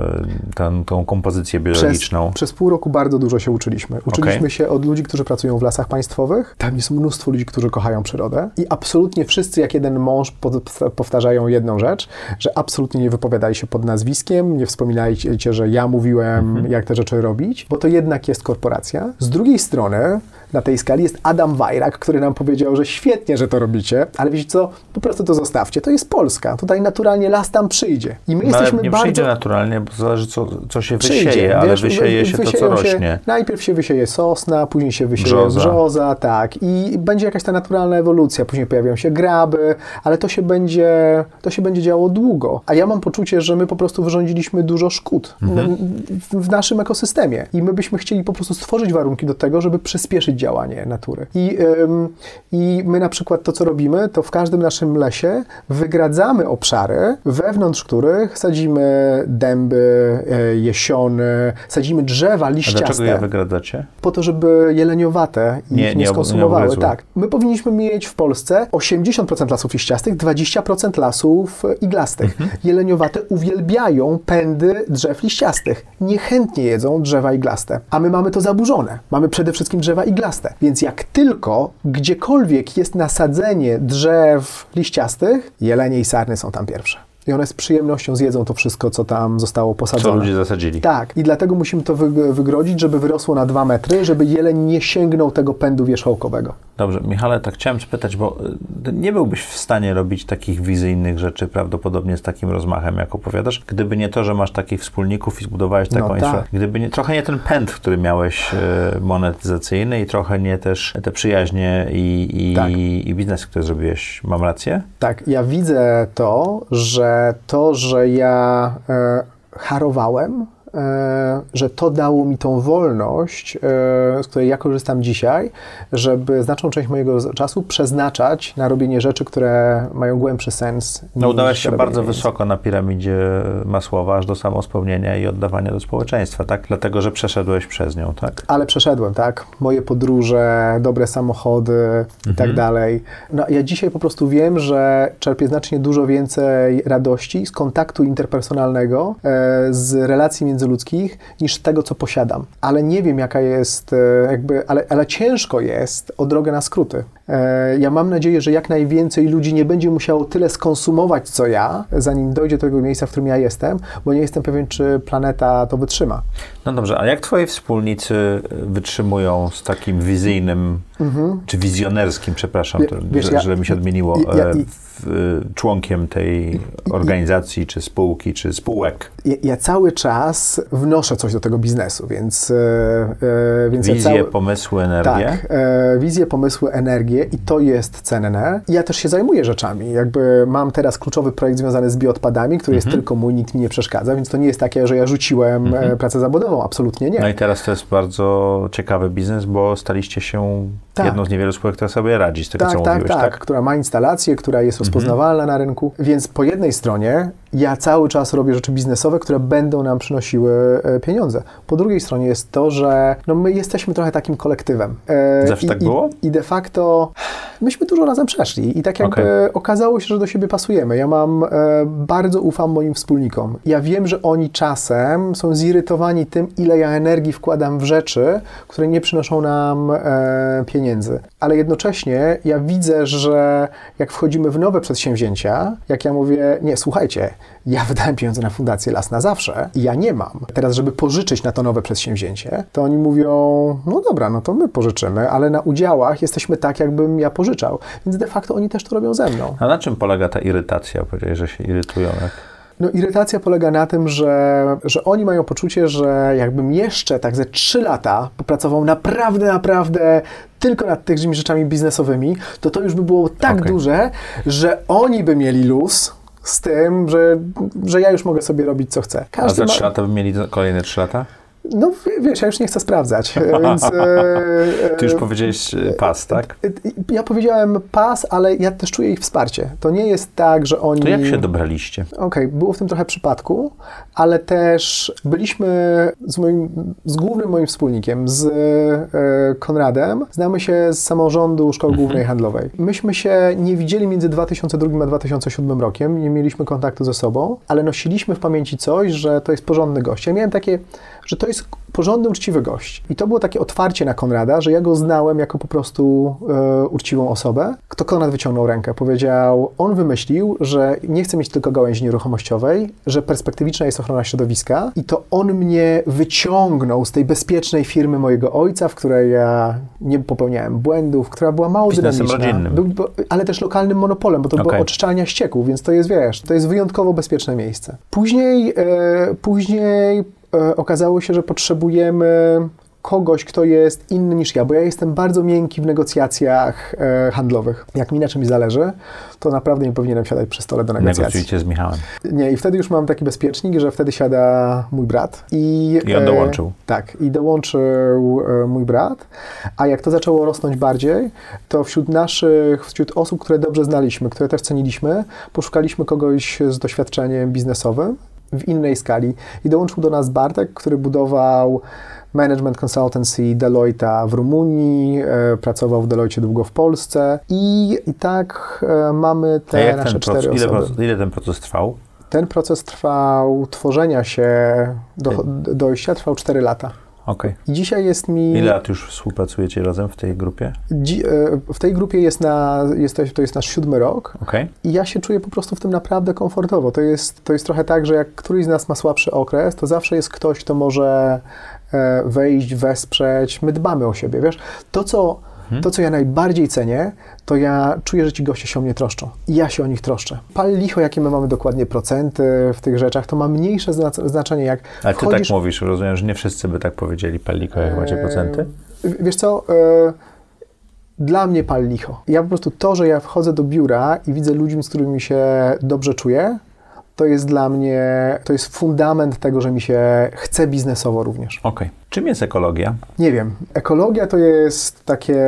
tą kompozycję biologiczną? Przez pół roku bardzo dużo się uczyliśmy. Uczyliśmy się od ludzi, którzy pracują w lasach państwowych. Tam jest mnóstwo ludzi, którzy kochają przyrodę i absolutnie wszyscy jak jeden mąż powtarzają jedną rzecz, że absolutnie nie wypowiadali się pod nazwiskiem, nie wspominajcie, że ja mówiłem, jak te rzeczy robić, bo to jednak jest korporacja. Z drugiej strony na tej skali jest Adam Wajrak, który nam powiedział, że świetnie, że to robicie, ale wiecie co, po prostu to zostawcie. To jest Polska. Tutaj naturalnie las tam przyjdzie. I my jesteśmy nie bardzo... przyjdzie naturalnie, bo zależy co się wysieje, ale wysieje się to, co rośnie. Najpierw się wysieje sosna, później się wysieje brzoza, tak. I będzie jakaś ta naturalna ewolucja. Później pojawią się graby, ale to się będzie działo długo. A ja mam poczucie, że my po prostu wyrządziliśmy dużo szkód w naszym ekosystemie. I my byśmy chcieli po prostu stworzyć warunki do tego, żeby przyspieszyć działanie natury. I my na przykład to, co robimy, to w każdym naszym lesie wygradzamy obszary, wewnątrz których sadzimy dęby, jesiony, sadzimy drzewa liściaste. A dlaczego je wygradzacie? Po to, żeby jeleniowate ich nie skonsumowały. Tak. My powinniśmy mieć w Polsce 80% lasów liściastych, 20% lasów iglastych. Jeleniowate uwielbiają pędy drzew liściastych. Niechętnie jedzą drzewa iglaste. A my mamy to zaburzone. Mamy przede wszystkim drzewa iglaste. Więc jak tylko gdziekolwiek jest nasadzenie drzew liściastych, jelenie i sarny są tam pierwsze. I one z przyjemnością zjedzą to wszystko, co tam zostało posadzone. Co ludzie zasadzili. Tak. I dlatego musimy to wygrodzić, żeby wyrosło na 2 metry, żeby jeleń nie sięgnął tego pędu wierzchołkowego. Dobrze, Michale, tak chciałem spytać, bo nie byłbyś w stanie robić takich wizyjnych rzeczy prawdopodobnie z takim rozmachem, jak opowiadasz, gdyby nie to, że masz takich wspólników i zbudowałeś taką infrastrukturę. Gdyby nie, trochę nie ten pęd, który miałeś monetyzacyjny i trochę nie też te przyjaźnie i biznes, który zrobiłeś. Mam rację? Tak, ja widzę że ja harowałem, że to dało mi tą wolność, z której ja korzystam dzisiaj, żeby znaczną część mojego czasu przeznaczać na robienie rzeczy, które mają głębszy sens. No udałeś się bardzo wysoko na piramidzie Masłowa, aż do samospełnienia i oddawania do społeczeństwa, tak? Dlatego, że przeszedłeś przez nią, tak? Ale przeszedłem, tak? Moje podróże, dobre samochody i tak dalej. No, ja dzisiaj po prostu wiem, że czerpię znacznie dużo więcej radości z kontaktu interpersonalnego, z relacji międzyludzkich, niż tego, co posiadam. Ale nie wiem, jaka jest, ale ciężko jest o drogę na skróty. Ja mam nadzieję, że jak najwięcej ludzi nie będzie musiało tyle skonsumować, co ja, zanim dojdzie do tego miejsca, w którym ja jestem, bo nie jestem pewien, czy planeta to wytrzyma. No dobrze, a jak twoi wspólnicy wytrzymują z takim wizyjnym, czy wizjonerskim, przepraszam, że mi się odmieniło, członkiem tej organizacji, czy spółki, czy spółek? Ja cały czas wnoszę coś do tego biznesu, więc wizje, pomysły, energię? Tak, wizje, pomysły, energię i to jest cenne. Ja też się zajmuję rzeczami. Mam teraz kluczowy projekt związany z bioodpadami, który jest tylko mój, nikt mi nie przeszkadza, więc to nie jest takie, że ja rzuciłem pracę zawodową, absolutnie nie. No i teraz to jest bardzo ciekawy biznes, bo staliście się jedną z niewielu spółek, która sobie radzi z tego, co mówiłeś, tak? Która ma instalację, która jest rozpoznawalna na rynku. Więc po jednej stronie ja cały czas robię rzeczy biznesowe, które będą nam przynosiły pieniądze. Po drugiej stronie jest to, że my jesteśmy trochę takim kolektywem. Zawsze tak było? I de facto myśmy dużo razem przeszli i tak jakby okazało się, że do siebie pasujemy. Ja bardzo ufam moim wspólnikom. Ja wiem, że oni czasem są zirytowani tym, ile ja energii wkładam w rzeczy, które nie przynoszą nam pieniędzy. Ale jednocześnie ja widzę, że jak wchodzimy w nowe przedsięwzięcia, jak ja mówię, nie, słuchajcie, ja wydałem pieniądze na Fundację Las na Zawsze i ja nie mam. Teraz, żeby pożyczyć na to nowe przedsięwzięcie, to oni mówią, no dobra, no to my pożyczymy, ale na udziałach jesteśmy tak, jakbym ja pożyczał. Więc de facto oni też to robią ze mną. A na czym polega ta irytacja? Powiedziałeś, że się irytują, jak... No irytacja polega na tym, że oni mają poczucie, że jakbym jeszcze tak ze 3 lata popracował naprawdę tylko nad tymi rzeczami biznesowymi, to już by było tak duże, że oni by mieli luz z tym, że ja już mogę sobie robić co chcę. A za 3 lata by mieli kolejne 3 lata? No wiesz, ja już nie chcę sprawdzać, więc... Ty już powiedziałeś pas, tak? Ja powiedziałem pas, ale ja też czuję ich wsparcie. To nie jest tak, że oni... To jak się dobraliście? Okej, było w tym trochę przypadku, ale też byliśmy z głównym moim wspólnikiem, z Konradem. Znamy się z samorządu Szkoły Głównej Handlowej. Myśmy się nie widzieli między 2002 a 2007 rokiem, nie mieliśmy kontaktu ze sobą, ale nosiliśmy w pamięci coś, że to jest porządny gość. Ja miałem takie, że to jest porządny, uczciwy gość. I to było takie otwarcie na Konrada, że ja go znałem jako po prostu uczciwą osobę. To Konrad wyciągnął rękę, powiedział, on wymyślił, że nie chce mieć tylko gałęzi nieruchomościowej, że perspektywiczna jest ochrona środowiska i to on mnie wyciągnął z tej bezpiecznej firmy mojego ojca, w której ja nie popełniałem błędów, która była mało dynamiczna. Rodzinnym. Ale też lokalnym monopolem, bo to była oczyszczalnia ścieków, więc to jest, wiesz, to jest wyjątkowo bezpieczne miejsce. Później okazało się, że potrzebujemy kogoś, kto jest inny niż ja, bo ja jestem bardzo miękki w negocjacjach handlowych. Jak mi na czymś zależy, to naprawdę nie powinienem siadać przy stole do negocjacji. Negocjujcie z Michałem. Nie, i wtedy już mam taki bezpiecznik, że wtedy siada mój brat. I on dołączył. Tak, i dołączył mój brat, a jak to zaczęło rosnąć bardziej, to wśród osób, które dobrze znaliśmy, które też ceniliśmy, poszukaliśmy kogoś z doświadczeniem biznesowym w innej skali. I dołączył do nas Bartek, który budował management consultancy Deloitte'a w Rumunii, pracował w Deloitte długo w Polsce i tak mamy te nasze 4 osoby. Ile ten proces trwał? Ten proces trwał, tworzenia się, dojścia trwał 4 lata. Okay. I dzisiaj jest mi... Ile lat już współpracujecie razem w tej grupie? W tej grupie to jest nasz 7. rok. Okay. I ja się czuję po prostu w tym naprawdę komfortowo. To jest trochę tak, że jak któryś z nas ma słabszy okres, to zawsze jest ktoś, kto może wejść, wesprzeć. My dbamy o siebie, wiesz? To, co ja najbardziej cenię, to ja czuję, że ci goście się o mnie troszczą. I ja się o nich troszczę. Pal licho, jakie my mamy dokładnie procenty w tych rzeczach, to ma mniejsze znaczenie, jak Ale ty tak mówisz, rozumiem, że nie wszyscy by tak powiedzieli, pal licho, jak macie procenty? Wiesz co, dla mnie pal licho. Ja po prostu to, że ja wchodzę do biura i widzę ludzi, z którymi się dobrze czuję, to jest dla mnie, to jest fundament tego, że mi się chce biznesowo również. Okej. Czym jest ekologia? Nie wiem. Ekologia to jest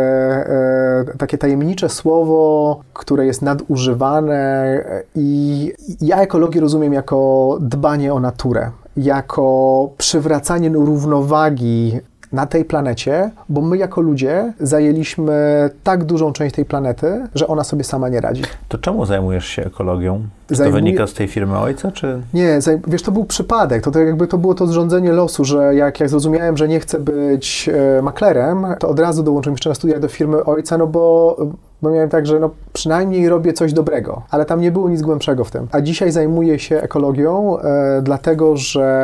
takie tajemnicze słowo, które jest nadużywane i ja ekologię rozumiem jako dbanie o naturę, jako przywracanie równowagi na tej planecie, bo my jako ludzie zajęliśmy tak dużą część tej planety, że ona sobie sama nie radzi. To czemu zajmujesz się ekologią? Czy to wynika z tej firmy ojca, czy...? Nie, wiesz, to był przypadek. To było to zrządzenie losu, że jak zrozumiałem, że nie chcę być maklerem, to od razu dołączyłem jeszcze na studiach do firmy ojca, no bo miałem tak, że przynajmniej robię coś dobrego, ale tam nie było nic głębszego w tym. A dzisiaj zajmuję się ekologią, dlatego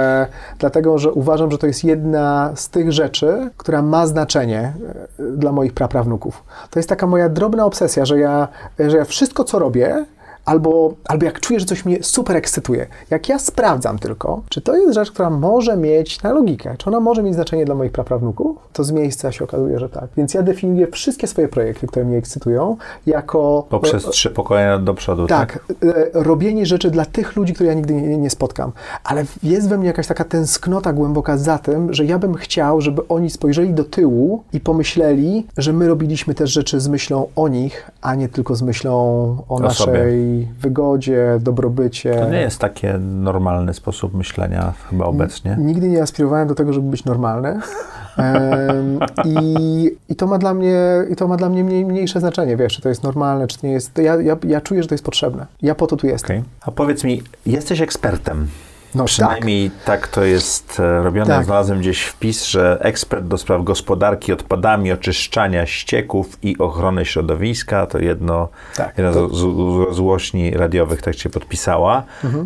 że uważam, że to jest jedna z tych rzeczy, która ma znaczenie dla moich praprawnuków. To jest taka moja drobna obsesja, że ja wszystko, co robię, albo jak czuję, że coś mnie super ekscytuje, jak ja sprawdzam tylko, czy to jest rzecz, która może mieć na logikę, czy ona może mieć znaczenie dla moich praprawnuków, to z miejsca się okazuje, że tak. Więc ja definiuję wszystkie swoje projekty, które mnie ekscytują, jako... Poprzez 3 pokolenia do przodu, tak? Robienie rzeczy dla tych ludzi, które ja nigdy nie spotkam. Ale jest we mnie jakaś taka tęsknota głęboka za tym, że ja bym chciał, żeby oni spojrzeli do tyłu i pomyśleli, że my robiliśmy też rzeczy z myślą o nich, a nie tylko z myślą o naszej wygodzie, dobrobycie. To nie jest taki normalny sposób myślenia chyba obecnie. Nigdy nie aspirowałem do tego, żeby być normalny. I to ma dla mnie mniejsze znaczenie, wiesz, czy to jest normalne, czy to nie jest. Ja czuję, że to jest potrzebne. Ja po to tu jestem. Okay. A powiedz mi, jesteś ekspertem. No, przynajmniej tak to jest robione. Tak. Znalazłem gdzieś wpis, że ekspert do spraw gospodarki odpadami, oczyszczania ścieków i ochrony środowiska, to jedna z głośni radiowych tak cię podpisała.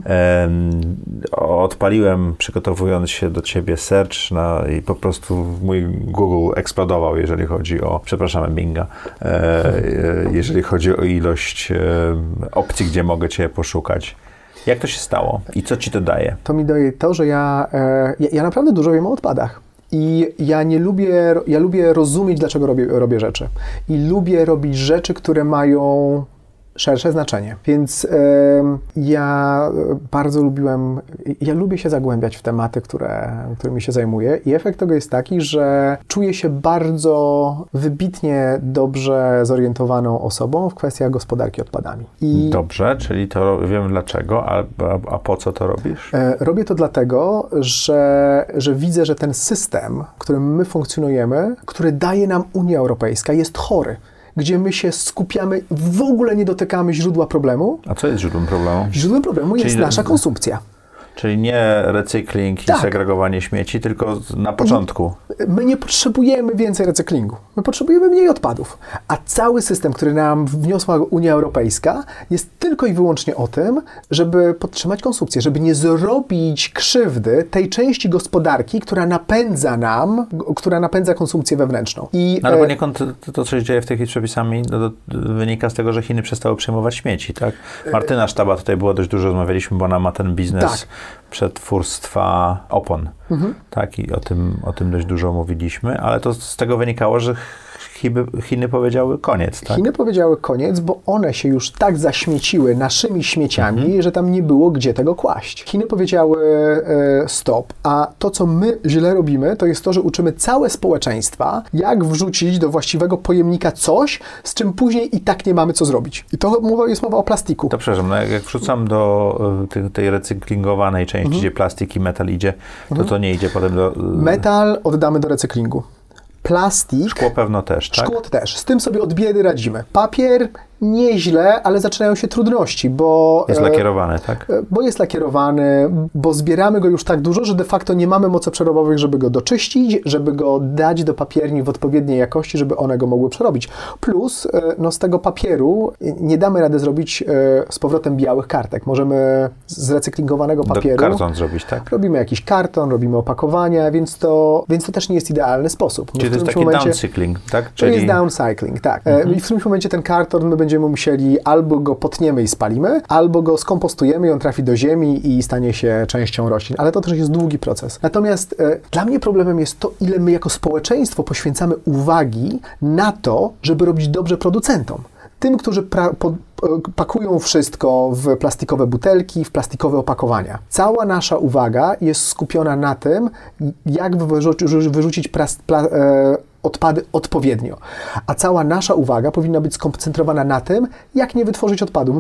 Odpaliłem, przygotowując się do ciebie search i po prostu mój Google eksplodował, jeżeli chodzi o, przepraszam, Binga, jeżeli chodzi o ilość opcji, gdzie mogę cię poszukać. Jak to się stało i co ci to daje? To mi daje to, że ja naprawdę dużo wiem o odpadach. I ja lubię rozumieć, dlaczego robię rzeczy. I lubię robić rzeczy, które mają szersze znaczenie. Więc ja lubię się zagłębiać w tematy, którymi się zajmuję i efekt tego jest taki, że czuję się bardzo wybitnie dobrze zorientowaną osobą w kwestiach gospodarki odpadami. Dobrze, czyli to wiem dlaczego, a po co to robisz? Robię to dlatego, że widzę, że ten system, w którym my funkcjonujemy, który daje nam Unia Europejska, jest chory. Gdzie my się skupiamy, w ogóle nie dotykamy źródła problemu. A co jest źródłem problemu? Źródłem problemu jest nasza konsumpcja. Czyli nie recykling i segregowanie śmieci, tylko na początku. My nie potrzebujemy więcej recyklingu. My potrzebujemy mniej odpadów. A cały system, który nam wniosła Unia Europejska, jest tylko i wyłącznie o tym, żeby podtrzymać konsumpcję, żeby nie zrobić krzywdy tej części gospodarki, która napędza konsumpcję wewnętrzną. Ale poniekąd to, co się dzieje w tej chwili z przepisami, wynika z tego, że Chiny przestały przyjmować śmieci, tak? Martyna Sztaba tutaj było dość dużo, rozmawialiśmy, bo ona ma ten biznes. Tak. Przetwórstwa opon. Tak, i o tym dość dużo mówiliśmy, ale to z tego wynikało, że Chiny powiedziały koniec, tak? Chiny powiedziały koniec, bo one się już tak zaśmieciły naszymi śmieciami, że tam nie było gdzie tego kłaść. Chiny powiedziały stop, a to, co my źle robimy, to jest to, że uczymy całe społeczeństwa, jak wrzucić do właściwego pojemnika coś, z czym później i tak nie mamy co zrobić. I to jest mowa o plastiku. To przepraszam, jak wrzucam do tej recyklingowanej części, gdzie plastik i metal idzie, to nie idzie potem do... Metal oddamy do recyklingu. Plastik... Szkło pewno też, tak? Szkło też. Z tym sobie od biedy radzimy. Papier nieźle, ale zaczynają się trudności, bo... Jest lakierowany, tak? Bo jest lakierowany, bo zbieramy go już tak dużo, że de facto nie mamy mocoprzerobowych, żeby go doczyścić, żeby go dać do papierni w odpowiedniej jakości, żeby one go mogły przerobić. Plus, z tego papieru nie damy rady zrobić z powrotem białych kartek. Możemy z recyklingowanego papieru... Karton zrobić, tak? Robimy jakiś karton, robimy opakowania, więc to też nie jest idealny sposób. Czyli to jest taki downcycling, tak? To jest downcycling, tak. I w którymś momencie ten karton my będziemy musieli albo go potniemy i spalimy, albo go skompostujemy i on trafi do ziemi i stanie się częścią roślin. Ale to też jest długi proces. Natomiast dla mnie problemem jest to, ile my jako społeczeństwo poświęcamy uwagi na to, żeby robić dobrze producentom. Tym, którzy pakują wszystko w plastikowe butelki, w plastikowe opakowania. Cała nasza uwaga jest skupiona na tym, jak wyrzucić odpady odpowiednio. A cała nasza uwaga powinna być skoncentrowana na tym, jak nie wytworzyć odpadu.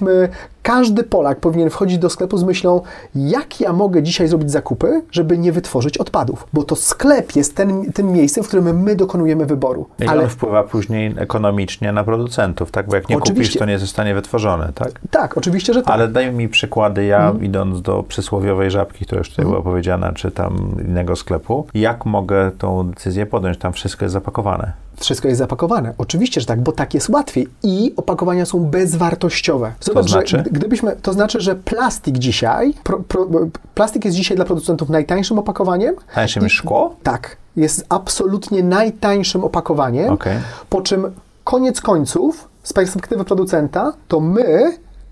Każdy Polak powinien wchodzić do sklepu z myślą, jak ja mogę dzisiaj zrobić zakupy, żeby nie wytworzyć odpadów. Bo to sklep jest tym miejscem, w którym my dokonujemy wyboru. Ale on wpływa później ekonomicznie na producentów, tak? Bo jak nie kupisz, to nie zostanie wytworzone, tak? Tak, oczywiście, że tak. Ale daj mi przykłady, idąc do przysłowiowej żabki, która już tutaj była powiedziana, czy tam innego sklepu, jak mogę tą decyzję podjąć? Tam wszystko jest zapakowane. Wszystko jest zapakowane. Oczywiście, że tak, bo tak jest łatwiej. I opakowania są bezwartościowe. Zobacz, to znaczy, że plastik dzisiaj, plastik jest dzisiaj dla producentów najtańszym opakowaniem. Tańszym niż szkło? Tak. Jest absolutnie najtańszym opakowaniem. Okay. Po czym koniec końców, z perspektywy producenta, to my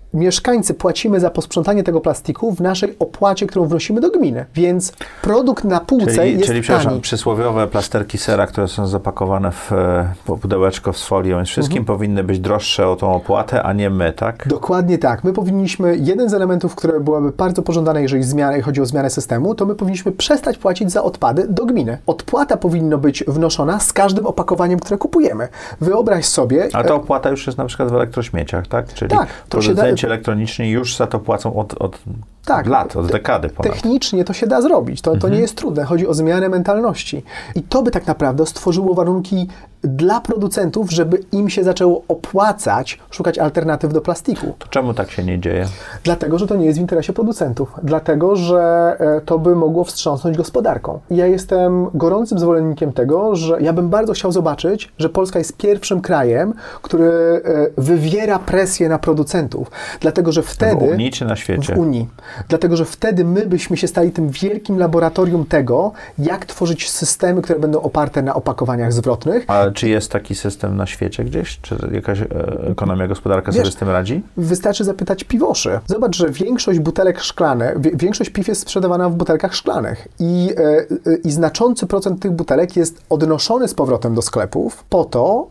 mieszkańcy płacimy za posprzątanie tego plastiku w naszej opłacie, którą wnosimy do gminy. Więc produkt na półce jest tani. Przysłowiowe plasterki sera, które są zapakowane w pudełeczko z folią, więc wszystkim powinny być droższe o tą opłatę, a nie my, tak? Dokładnie tak. My powinniśmy, jeden z elementów, które byłyby bardzo pożądane, jeżeli chodzi o zmianę systemu, to my powinniśmy przestać płacić za odpady do gminy. Odpłata powinna być wnoszona z każdym opakowaniem, które kupujemy. Wyobraź sobie... A ta opłata już jest na przykład w elektrośmieciach, tak? Czyli producenci elektroniczni już za to płacą od lat, od dekady ponad. Technicznie to się da zrobić. To nie jest trudne. Chodzi o zmianę mentalności. I to by tak naprawdę stworzyło warunki dla producentów, żeby im się zaczęło opłacać szukać alternatyw do plastiku. To czemu tak się nie dzieje? Dlatego, że to nie jest w interesie producentów. Dlatego, że to by mogło wstrząsnąć gospodarką. Ja jestem gorącym zwolennikiem tego, że ja bym bardzo chciał zobaczyć, że Polska jest pierwszym krajem, który wywiera presję na producentów. Dlatego, że wtedy... W Unii czy na świecie? W Unii. Dlatego, że wtedy my byśmy się stali tym wielkim laboratorium tego, jak tworzyć systemy, które będą oparte na opakowaniach zwrotnych. Ale czy jest taki system na świecie gdzieś? Czy jakaś ekonomia, gospodarka sobie z tym radzi? Wystarczy zapytać piwoszy. Zobacz, że większość butelek szklanych, większość piw jest sprzedawana w butelkach szklanych i znaczący procent tych butelek jest odnoszony z powrotem do sklepów po to,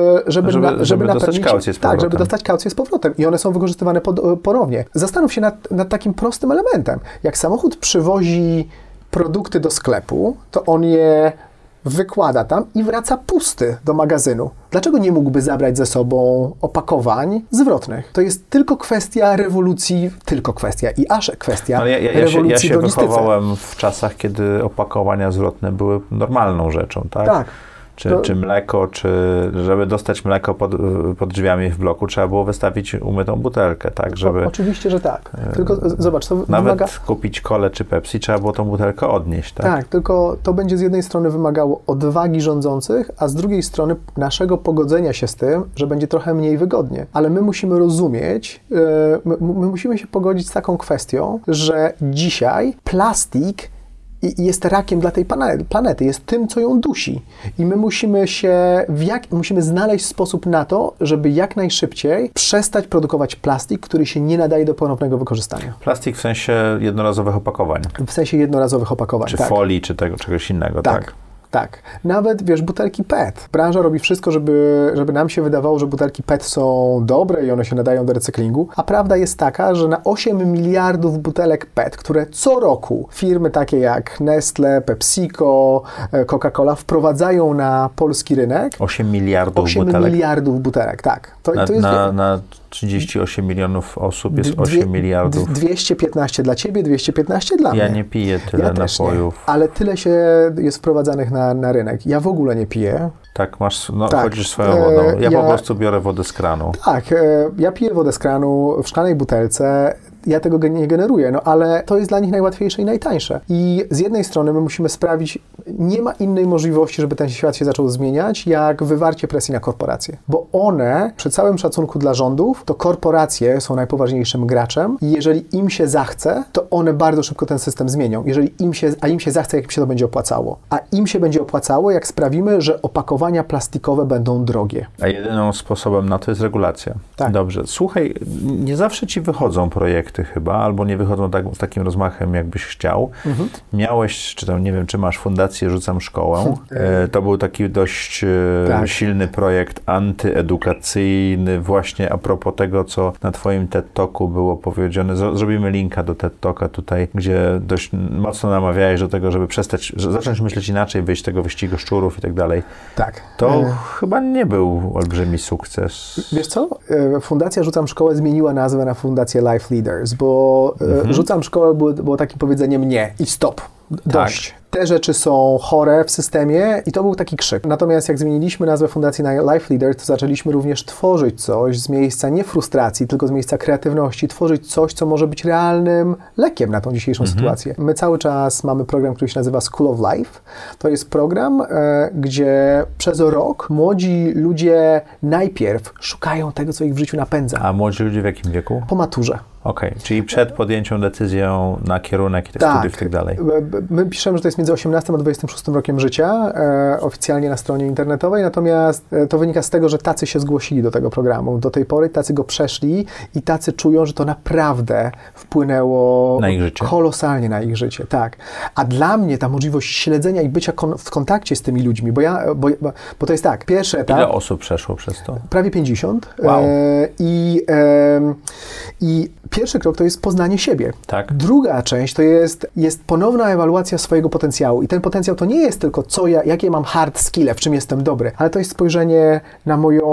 żeby dostać kaucję z powrotem. Tak, żeby dostać kaucję z powrotem i one są wykorzystywane ponownie. Zastanów się nad takim prostym elementem. Jak samochód przywozi produkty do sklepu, to on je wykłada tam i wraca pusty do magazynu. Dlaczego nie mógłby zabrać ze sobą opakowań zwrotnych? To jest tylko kwestia rewolucji, kwestia rewolucji ja się w logistyce. wychowałem w czasach, kiedy opakowania zwrotne były normalną rzeczą, tak? Tak. Czy mleko, czy żeby dostać mleko pod drzwiami w bloku, trzeba było wystawić umytą butelkę, tak? Żeby oczywiście, że tak. Tylko zobacz, to nawet kupić kolę czy Pepsi, trzeba było tą butelkę odnieść, tak? Tak, tylko to będzie z jednej strony wymagało odwagi rządzących, a z drugiej strony naszego pogodzenia się z tym, że będzie trochę mniej wygodnie. Ale my musimy rozumieć, my musimy się pogodzić z taką kwestią, że dzisiaj plastik jest rakiem dla tej planety, jest tym, co ją dusi. I my musimy znaleźć sposób na to, żeby jak najszybciej przestać produkować plastik, który się nie nadaje do ponownego wykorzystania. Plastik w sensie jednorazowych opakowań. W sensie jednorazowych opakowań, czy folii, czy czegoś innego, tak? Tak. Nawet, butelki PET. Branża robi wszystko, żeby nam się wydawało, że butelki PET są dobre i one się nadają do recyklingu, a prawda jest taka, że na 8 miliardów butelek PET, które co roku firmy takie jak Nestle, PepsiCo, Coca-Cola wprowadzają na polski rynek. 8 miliardów 8 butelek? miliardów butelek, tak. Na 38 milionów osób jest 8 miliardów. 215 dla Ciebie, 215 dla mnie. Ja nie piję tyle napojów. Nie, ale tyle się jest wprowadzanych na rynek. Ja w ogóle nie piję. Tak, chodzisz swoją wodą. Ja po prostu biorę wodę z kranu. Tak, ja piję wodę z kranu w szklanej butelce. Ja tego nie generuję, ale to jest dla nich najłatwiejsze i najtańsze. I z jednej strony my musimy sprawić, nie ma innej możliwości, żeby ten świat się zaczął zmieniać, jak wywarcie presji na korporacje. Bo one, przy całym szacunku dla rządów, to korporacje są najpoważniejszym graczem i jeżeli im się zachce, to one bardzo szybko ten system zmienią. A im się zachce, jak im się to będzie opłacało. A im się będzie opłacało, jak sprawimy, że opakowania plastikowe będą drogie. A jedynym sposobem na to jest regulacja. Tak. Dobrze. Słuchaj, nie zawsze ci wychodzą projekty chyba, albo nie wychodzą z takim rozmachem, jakbyś chciał. Miałeś, czy tam nie wiem, czy masz fundację Rzucam Szkołę. To był taki dość silny projekt antyedukacyjny, właśnie a propos tego, co na twoim TED Talku było powiedziane. Zrobimy linka do TED Talka tutaj, gdzie dość mocno namawiałeś do tego, żeby zacząć myśleć inaczej, wyjść z tego wyścigu szczurów i tak dalej. Tak. To chyba nie był olbrzymi sukces. Wiesz co? Fundacja Rzucam Szkołę zmieniła nazwę na Fundację Life Leaders, bo Rzucam Szkołę było takim powiedzeniem nie i stop. Dość. Tak. Te rzeczy są chore w systemie i to był taki krzyk. Natomiast jak zmieniliśmy nazwę fundacji na Life Leader, to zaczęliśmy również tworzyć coś z miejsca nie frustracji, tylko z miejsca kreatywności, tworzyć coś, co może być realnym lekiem na tą dzisiejszą sytuację. My cały czas mamy program, który się nazywa School of Life. To jest program, gdzie przez rok młodzi ludzie najpierw szukają tego, co ich w życiu napędza. A młodzi ludzie w jakim wieku? Po maturze. Okej, czyli przed podjęciem decyzją na kierunek i tych studiów i tak dalej. My piszemy, że to jest między 18 a 26 rokiem życia, oficjalnie na stronie internetowej, natomiast to wynika z tego, że tacy się zgłosili do tego programu. Do tej pory tacy go przeszli i tacy czują, że to naprawdę wpłynęło na ich życie. Kolosalnie na ich życie, tak. A dla mnie ta możliwość śledzenia i bycia w kontakcie z tymi ludźmi, bo to jest tak, pierwszy etap... Ile osób przeszło przez to? Prawie 50. Wow. I pierwszy krok to jest poznanie siebie. Tak. Druga część to jest ponowna ewaluacja swojego potencjału. I ten potencjał to nie jest tylko jakie mam hard skille, w czym jestem dobry, ale to jest spojrzenie na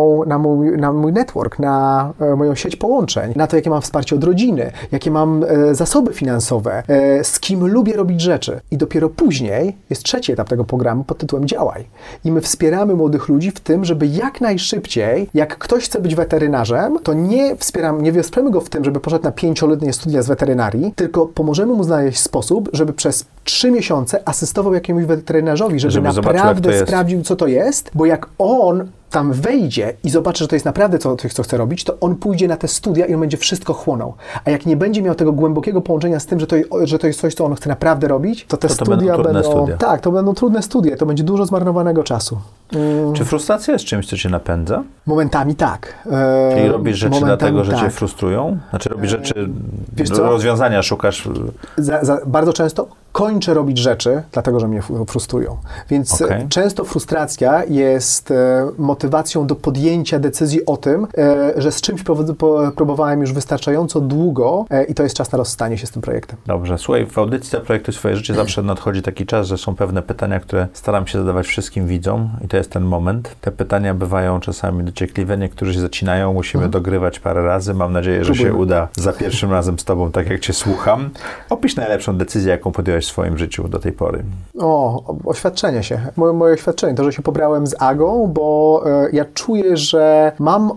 mój network, na moją sieć połączeń, na to, jakie mam wsparcie od rodziny, jakie mam zasoby finansowe, z kim lubię robić rzeczy. I dopiero później jest trzeci etap tego programu pod tytułem Działaj. I my wspieramy młodych ludzi w tym, żeby jak najszybciej, jak ktoś chce być weterynarzem, to nie wesprzemy go w tym, żeby poszedł na 5-letnie studia z weterynarii, tylko pomożemy mu znaleźć sposób, żeby przez 3 miesiące asystował jakiemuś weterynarzowi, żeby naprawdę sprawdził, co to jest, bo jak on tam wejdzie i zobaczy, że to jest naprawdę co chce robić, to on pójdzie na te studia i on będzie wszystko chłonął. A jak nie będzie miał tego głębokiego połączenia z tym, że to jest coś, co on chce naprawdę robić, to te studia będą... Tak, to będą trudne studia, to będzie dużo zmarnowanego czasu. Czy frustracja jest czymś, co cię napędza? Momentami tak. Czyli robisz rzeczy dlatego, że cię frustrują? Znaczy robisz rzeczy, rozwiązania szukasz? Bardzo często kończę robić rzeczy, dlatego, że mnie frustrują. Więc często frustracja jest motywacją do podjęcia decyzji o tym, że z czymś próbowałem już wystarczająco długo i to jest czas na rozstanie się z tym projektem. Dobrze. Słuchaj, w audycji Zaprojektuj swoje życie zawsze nadchodzi taki czas, że są pewne pytania, które staram się zadawać wszystkim widzom i to jest ten moment. Te pytania bywają czasami dociekliwe, niektórzy się zacinają, musimy dogrywać parę razy. Mam nadzieję, że się uda za pierwszym razem z tobą, tak jak cię słucham. Opisz najlepszą decyzję, jaką podjąłeś w swoim życiu do tej pory. Oświadczenie się. Moje oświadczenie, to, że się pobrałem z Agą, bo ja czuję, że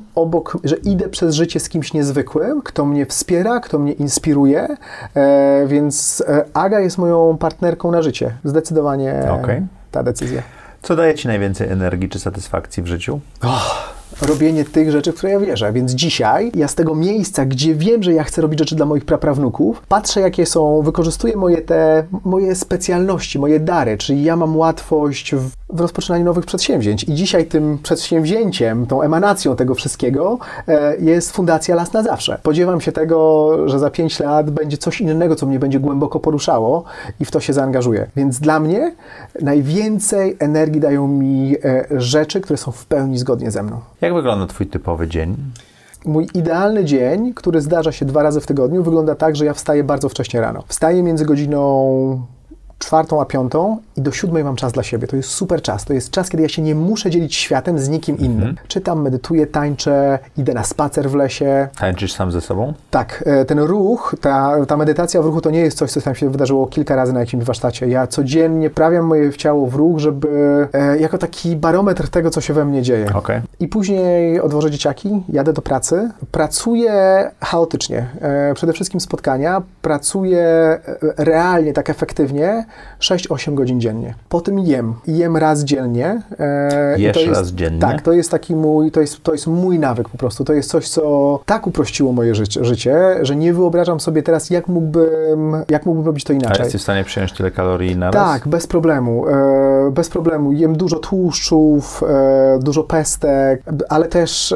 że idę przez życie z kimś niezwykłym, kto mnie wspiera, kto mnie inspiruje, więc Aga jest moją partnerką na życie. Zdecydowanie ta decyzja. Co daje ci najwięcej energii czy satysfakcji w życiu? Robienie tych rzeczy, w które ja wierzę. Więc dzisiaj ja z tego miejsca, gdzie wiem, że ja chcę robić rzeczy dla moich praprawnuków, patrzę, jakie są, wykorzystuję moje specjalności, moje dary, czyli ja mam łatwość w rozpoczynaniu nowych przedsięwzięć. I dzisiaj tym przedsięwzięciem, tą emanacją tego wszystkiego jest Fundacja Las na Zawsze. Spodziewam się tego, że za 5 lat będzie coś innego, co mnie będzie głęboko poruszało i w to się zaangażuję. Więc dla mnie najwięcej energii dają mi rzeczy, które są w pełni zgodnie ze mną. Jak wygląda twój typowy dzień? Mój idealny dzień, który zdarza się 2 razy w tygodniu, wygląda tak, że ja wstaję bardzo wcześnie rano. Wstaję między godziną 4 a 5 i do 7 mam czas dla siebie. To jest super czas. To jest czas, kiedy ja się nie muszę dzielić światem z nikim innym. Czytam, medytuję, tańczę, idę na spacer w lesie. Tańczysz sam ze sobą? Tak. Ten ruch, ta medytacja w ruchu to nie jest coś, co tam się wydarzyło kilka razy na jakimś warsztacie. Ja codziennie prawiam moje ciało w ruch, żeby jako taki barometr tego, co się we mnie dzieje. I później odwożę dzieciaki, jadę do pracy. Pracuję chaotycznie. Przede wszystkim spotkania. Pracuję realnie, tak efektywnie 6-8 godzin dziennie. Potem jem raz dziennie. Jesz raz dziennie? Tak, to jest taki to jest mój nawyk po prostu. To jest coś, co tak uprościło moje życie, że nie wyobrażam sobie teraz, jak mógłbym robić to inaczej. A jesteś w stanie przyjąć tyle kalorii na raz? Tak, bez problemu. Bez problemu. Jem dużo tłuszczów, dużo pestek, ale też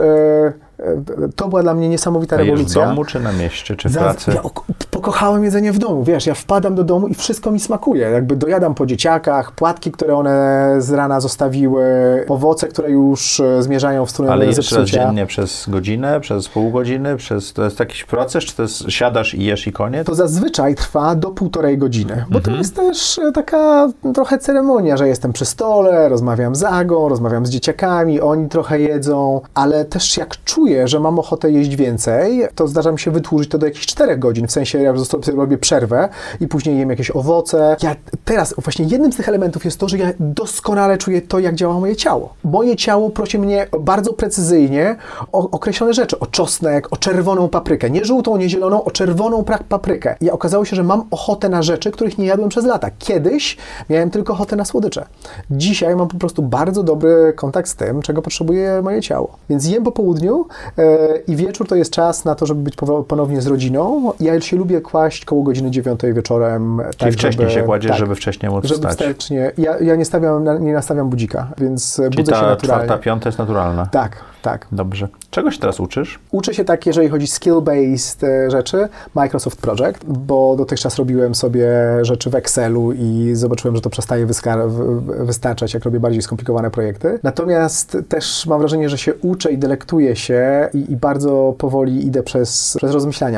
to była dla mnie niesamowita rewolucja. W domu, czy na mieście, czy w pracy? Ja pokochałem jedzenie w domu, wiesz, ja wpadam do domu i wszystko mi smakuje. Jakby dojadam po dzieciakach, płatki, które one z rana zostawiły, owoce, które już zmierzają w stronę zepsucia. Ale jesz raz dziennie przez godzinę, przez pół godziny, to jest jakiś proces, czy to jest siadasz i jesz i koniec? To zazwyczaj trwa do 1,5 godziny, bo to jest też taka trochę ceremonia, że jestem przy stole, rozmawiam z Agą, rozmawiam z dzieciakami, oni trochę jedzą, ale też jak czuję, że mam ochotę jeść więcej, to zdarza mi się wydłużyć to do jakichś 4 godzin. W sensie ja ja sobie robię przerwę i później jem jakieś owoce. Ja teraz właśnie jednym z tych elementów jest to, że ja doskonale czuję to, jak działa moje ciało. Moje ciało prosi mnie bardzo precyzyjnie o określone rzeczy, o czosnek, o czerwoną paprykę. Nie żółtą, nie zieloną, o czerwoną paprykę. I okazało się, że mam ochotę na rzeczy, których nie jadłem przez lata. Kiedyś miałem tylko ochotę na słodycze. Dzisiaj mam po prostu bardzo dobry kontakt z tym, czego potrzebuje moje ciało. Więc jem po południu i wieczór to jest czas na to, żeby być ponownie z rodziną. Ja się lubię kłaść koło godziny 9 wieczorem. Czyli tak, wcześniej się kładziesz, żeby wcześniej móc wstać. Wstecznie. Ja nie nastawiam budzika, więc czyli budzę się naturalnie. 4., 5 jest naturalna. Tak. Dobrze. Czego się teraz uczysz? Uczę się tak, jeżeli chodzi skill-based rzeczy, Microsoft Project, bo dotychczas robiłem sobie rzeczy w Excelu i zobaczyłem, że to przestaje wystarczać, jak robię bardziej skomplikowane projekty. Natomiast też mam wrażenie, że się uczę i delektuję się i bardzo powoli idę przez rozmyślania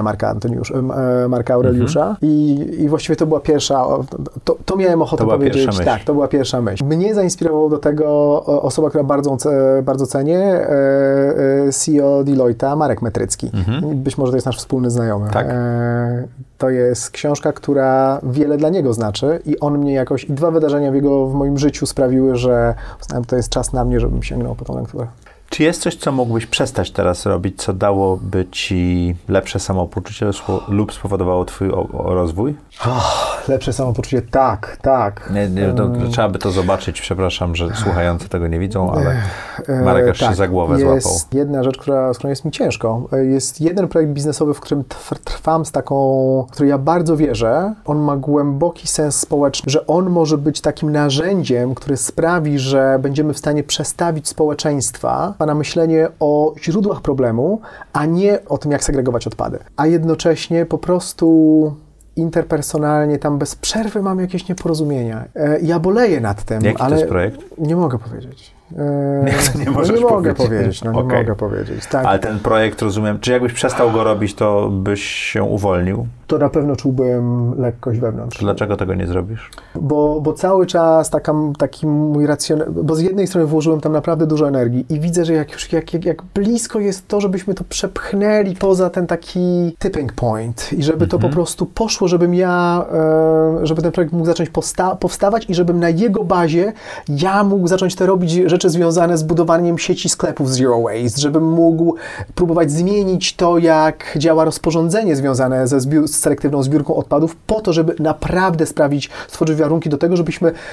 Marka Aureliusza i właściwie to była pierwsza, to miałem ochotę powiedzieć. Tak, to była pierwsza myśl. Mnie zainspirował do tego osoba, która bardzo cenię, CEO Deloitte'a, Marek Metrycki. Być może to jest nasz wspólny znajomy. Tak. To jest książka, która wiele dla niego znaczy i on mnie jakoś, i 2 wydarzenia w moim życiu sprawiły, że to jest czas na mnie, żebym sięgnął po tą lekturę. Czy jest coś, co mógłbyś przestać teraz robić, co dałoby ci lepsze samopoczucie lub spowodowało twój rozwój? Lepsze samopoczucie, tak. Trzeba by to zobaczyć, przepraszam, że słuchający tego nie widzą, ale Marek aż się za głowę złapał. Jest jedna rzecz, z którą jest mi ciężko. Jest jeden projekt biznesowy, w którym trwam w której ja bardzo wierzę. On ma głęboki sens społeczny, że on może być takim narzędziem, które sprawi, że będziemy w stanie przestawić społeczeństwa na myślenie o źródłach problemu, a nie o tym, jak segregować odpady. A jednocześnie po prostu interpersonalnie tam bez przerwy mam jakieś nieporozumienia. Ja boleję nad tym, jaki ale to jest projekt? Nie mogę powiedzieć. Nie mogę powiedzieć. Tak. Ale ten projekt, rozumiem, czy jakbyś przestał go robić, to byś się uwolnił? To na pewno czułbym lekkość wewnątrz. Dlaczego tego nie zrobisz? Bo cały czas taki mój bo z jednej strony włożyłem tam naprawdę dużo energii i widzę, że jak blisko jest to, żebyśmy to przepchnęli poza ten taki tipping point i żeby to po prostu poszło, żeby ten projekt mógł zacząć powstawać i żebym na jego bazie ja mógł zacząć robić rzeczy związane z budowaniem sieci sklepów Zero Waste, żebym mógł próbować zmienić to, jak działa rozporządzenie związane z selektywną zbiórką odpadów, po to, żeby naprawdę stworzyć warunki do tego,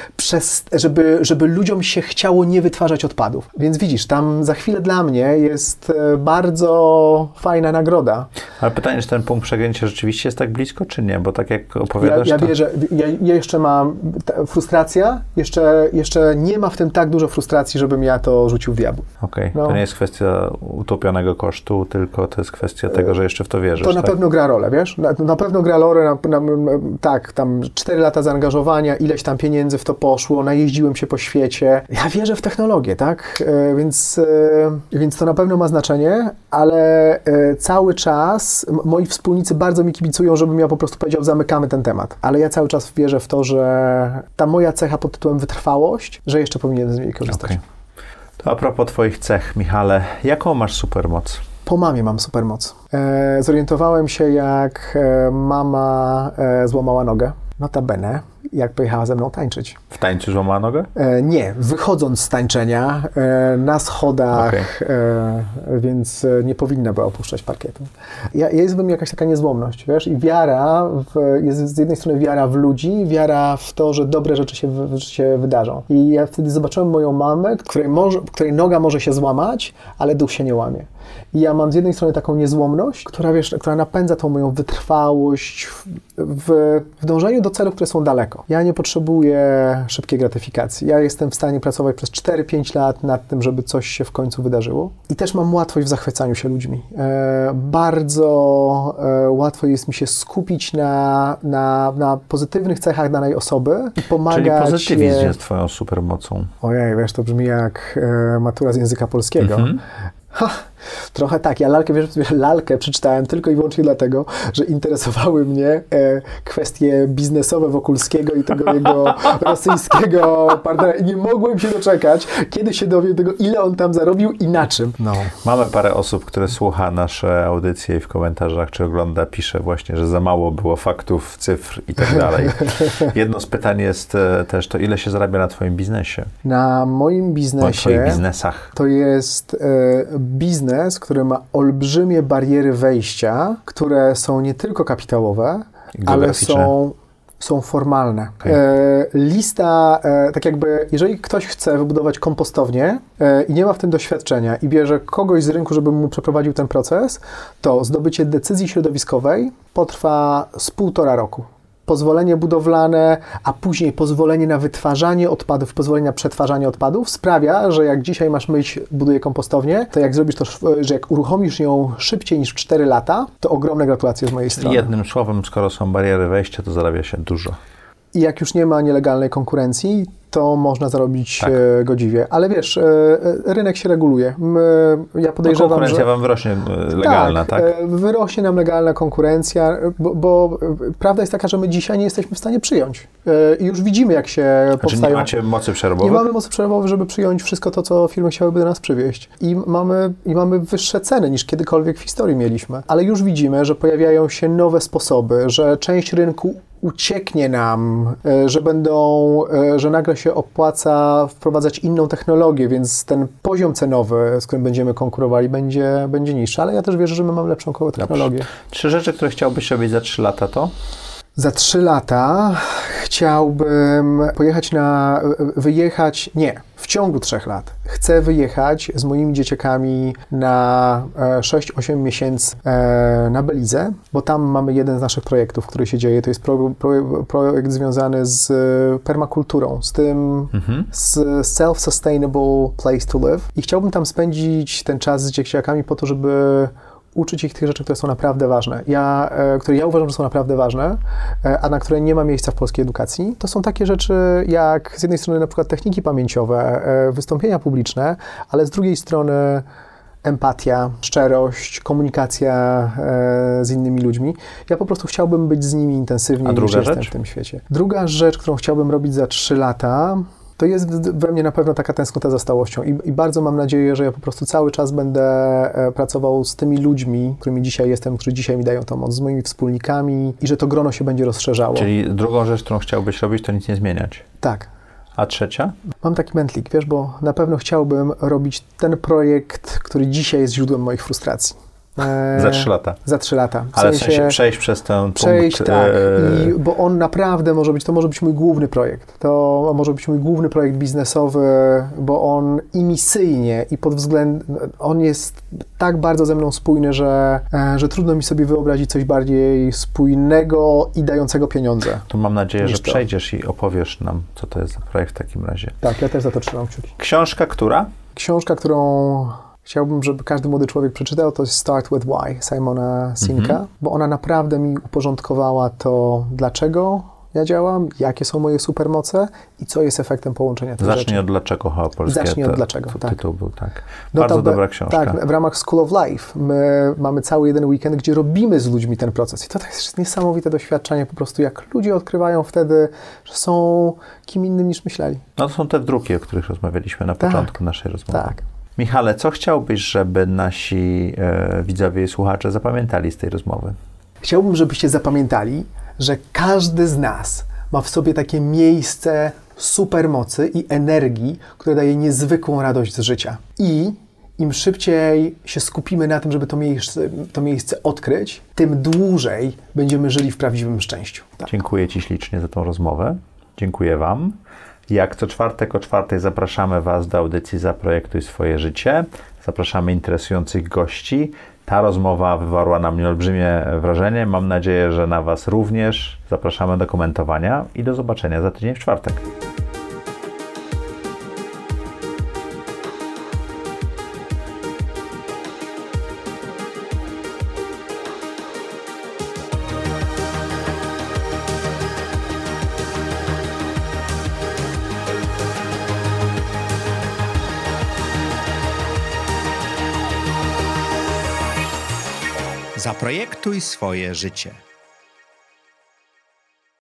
żeby ludziom się chciało nie wytwarzać odpadów. Więc widzisz, tam za chwilę dla mnie jest bardzo fajna nagroda. Ale pytanie, czy ten punkt przegięcia rzeczywiście jest tak blisko, czy nie? Bo tak jak opowiadasz... Ja wierzę, ja jeszcze mam frustracja, jeszcze nie ma w tym tak dużo frustracji, żebym ja to rzucił w diabły. Okej. To nie jest kwestia utopionego kosztu, tylko to jest kwestia tego, że jeszcze w to wierzysz. To na pewno gra rolę, wiesz? Na pewno gra rolę, tak, tam 4 lata zaangażowania, ileś tam pieniędzy w to poszło, najeździłem się po świecie. Ja wierzę w technologię, tak? Więc to na pewno ma znaczenie, ale cały czas moi wspólnicy bardzo mi kibicują, żebym ja po prostu powiedział, zamykamy ten temat. Ale ja cały czas wierzę w to, że ta moja cecha pod tytułem wytrwałość, że jeszcze powinienem z niej korzystać. Okay. To a propos twoich cech, Michale, jaką masz supermoc? Po mamie mam supermoc. Zorientowałem się, jak mama złamała nogę. Notabene, jak pojechała ze mną tańczyć. W tańcu złamała nogę? Nie, wychodząc z tańczenia na schodach, więc nie powinna była opuszczać parkietu. Jest we mnie jakaś taka niezłomność, wiesz, i wiara, jest z jednej strony wiara w ludzi, wiara w to, że dobre rzeczy się wydarzą. I ja wtedy zobaczyłem moją mamę, której noga może się złamać, ale duch się nie łamie. I ja mam z jednej strony taką niezłomność, która napędza tą moją wytrwałość w dążeniu do celów, które są daleko. Ja nie potrzebuję szybkiej gratyfikacji. Ja jestem w stanie pracować przez 4-5 lat nad tym, żeby coś się w końcu wydarzyło. I też mam łatwość w zachwycaniu się ludźmi. Bardzo łatwo jest mi się skupić na pozytywnych cechach danej osoby i pomagać. Czyli pozytywizm jest twoją supermocą. Ojej, wiesz, to brzmi jak matura z języka polskiego. Trochę tak. Ja lalkę przeczytałem tylko i wyłącznie dlatego, że interesowały mnie kwestie biznesowe Wokulskiego i tego jego rosyjskiego partnera. I nie mogłem się doczekać, kiedy się dowiem tego, ile on tam zarobił i na czym. No. Mamy parę osób, które słucha nasze audycje i w komentarzach, czy ogląda, pisze właśnie, że za mało było faktów, cyfr i tak dalej. Jedno z pytań jest też to, ile się zarabia na twoim biznesie? Na moim biznesie... Na twoich biznesach. To jest biznes, który ma olbrzymie bariery wejścia, które są nie tylko kapitałowe, ale są formalne. Okay. Lista, tak jakby, jeżeli ktoś chce wybudować kompostownię i nie ma w tym doświadczenia i bierze kogoś z rynku, żeby mu przeprowadził ten proces, to zdobycie decyzji środowiskowej potrwa z 1,5 roku. Pozwolenie budowlane, a później pozwolenie na wytwarzanie odpadów, pozwolenie na przetwarzanie odpadów sprawia, że jak dzisiaj masz myśl, buduję kompostownię, to jak zrobisz to, że jak uruchomisz ją szybciej niż w 4 lata, to ogromne gratulacje z mojej strony. Jednym słowem, skoro są bariery wejścia, to zarabia się dużo. I jak już nie ma nielegalnej konkurencji, to można zarobić godziwie. Ale wiesz, rynek się reguluje. Ja podejrzewam, konkurencja wam wyrośnie legalna, tak? Wyrośnie nam legalna konkurencja, bo prawda jest taka, że my dzisiaj nie jesteśmy w stanie przyjąć. I już widzimy, jak się powstają... nie macie mocy przerobowej? Nie mamy mocy przerobowej, żeby przyjąć wszystko to, co firmy chciałyby do nas przywieźć. I mamy wyższe ceny, niż kiedykolwiek w historii mieliśmy. Ale już widzimy, że pojawiają się nowe sposoby, że część rynku ucieknie nam, że nagle się opłaca wprowadzać inną technologię, więc ten poziom cenowy, z którym będziemy konkurowali, będzie niższy. Ale ja też wierzę, że my mamy lepszą technologię. Dobrze. 3 rzeczy, które chciałbyś robić za 3 lata, to? Za 3 lata chciałbym w ciągu 3 lat chcę wyjechać z moimi dzieciakami na 6-8 miesięcy na Belizę, bo tam mamy jeden z naszych projektów, który się dzieje. To jest projekt związany z permakulturą, z tym z self-sustainable place to live. I chciałbym tam spędzić ten czas z dzieciakami po to, żeby uczyć ich tych rzeczy, które są naprawdę ważne. Które ja uważam, że są naprawdę ważne, a na które nie ma miejsca w polskiej edukacji. To są takie rzeczy jak z jednej strony na przykład techniki pamięciowe, wystąpienia publiczne, ale z drugiej strony empatia, szczerość, komunikacja z innymi ludźmi. Ja po prostu chciałbym być z nimi intensywniej niż jestem w tym świecie. Druga rzecz, którą chciałbym robić za 3 lata, to jest we mnie na pewno taka tęsknota za stałością i bardzo mam nadzieję, że ja po prostu cały czas będę pracował z tymi ludźmi, którymi dzisiaj jestem, którzy dzisiaj mi dają tą moc, z moimi wspólnikami i że to grono się będzie rozszerzało. Czyli drugą rzecz, którą chciałbyś robić, to nic nie zmieniać. Tak. A trzecia? Mam taki mętlik, wiesz, bo na pewno chciałbym robić ten projekt, który dzisiaj jest źródłem moich frustracji. Za 3 lata. Za 3 lata. Ale w sensie przejść przez ten punkt. Tak. Bo on naprawdę to może być mój główny projekt. To może być mój główny projekt biznesowy, bo on i misyjnie, i pod względem, on jest tak bardzo ze mną spójny, że trudno mi sobie wyobrazić coś bardziej spójnego i dającego pieniądze. To mam nadzieję, że przejdziesz i opowiesz nam, co to jest za projekt w takim razie. Tak, ja też za to trzymam kciuki. Książka która? Książka, którą chciałbym, żeby każdy młody człowiek przeczytał, to jest Start with Why Simona Sinka, bo ona naprawdę mi uporządkowała to, dlaczego ja działam, jakie są moje supermoce i co jest efektem połączenia tych rzeczy. Zacznij od dlaczego, chyba polskie. Zacznij od dlaczego, tak. Tytuł był, tak. Bardzo dobra książka. Tak, w ramach School of Life my mamy cały jeden weekend, gdzie robimy z ludźmi ten proces. I to jest niesamowite doświadczenie po prostu, jak ludzie odkrywają wtedy, że są kim innym niż myśleli. No to są te druki, o których rozmawialiśmy na początku naszej rozmowy. Tak. Michale, co chciałbyś, żeby nasi widzowie i słuchacze zapamiętali z tej rozmowy? Chciałbym, żebyście zapamiętali, że każdy z nas ma w sobie takie miejsce supermocy i energii, które daje niezwykłą radość z życia. I im szybciej się skupimy na tym, żeby to miejsce odkryć, tym dłużej będziemy żyli w prawdziwym szczęściu. Tak. Dziękuję Ci ślicznie za tą rozmowę. Dziękuję Wam. Jak co czwartek o 4:00 zapraszamy Was do audycji Zaprojektuj swoje życie. Zapraszamy interesujących gości. Ta rozmowa wywarła na mnie olbrzymie wrażenie. Mam nadzieję, że na Was również. Zapraszamy do komentowania i do zobaczenia za tydzień w czwartek. Zaprojektuj swoje życie.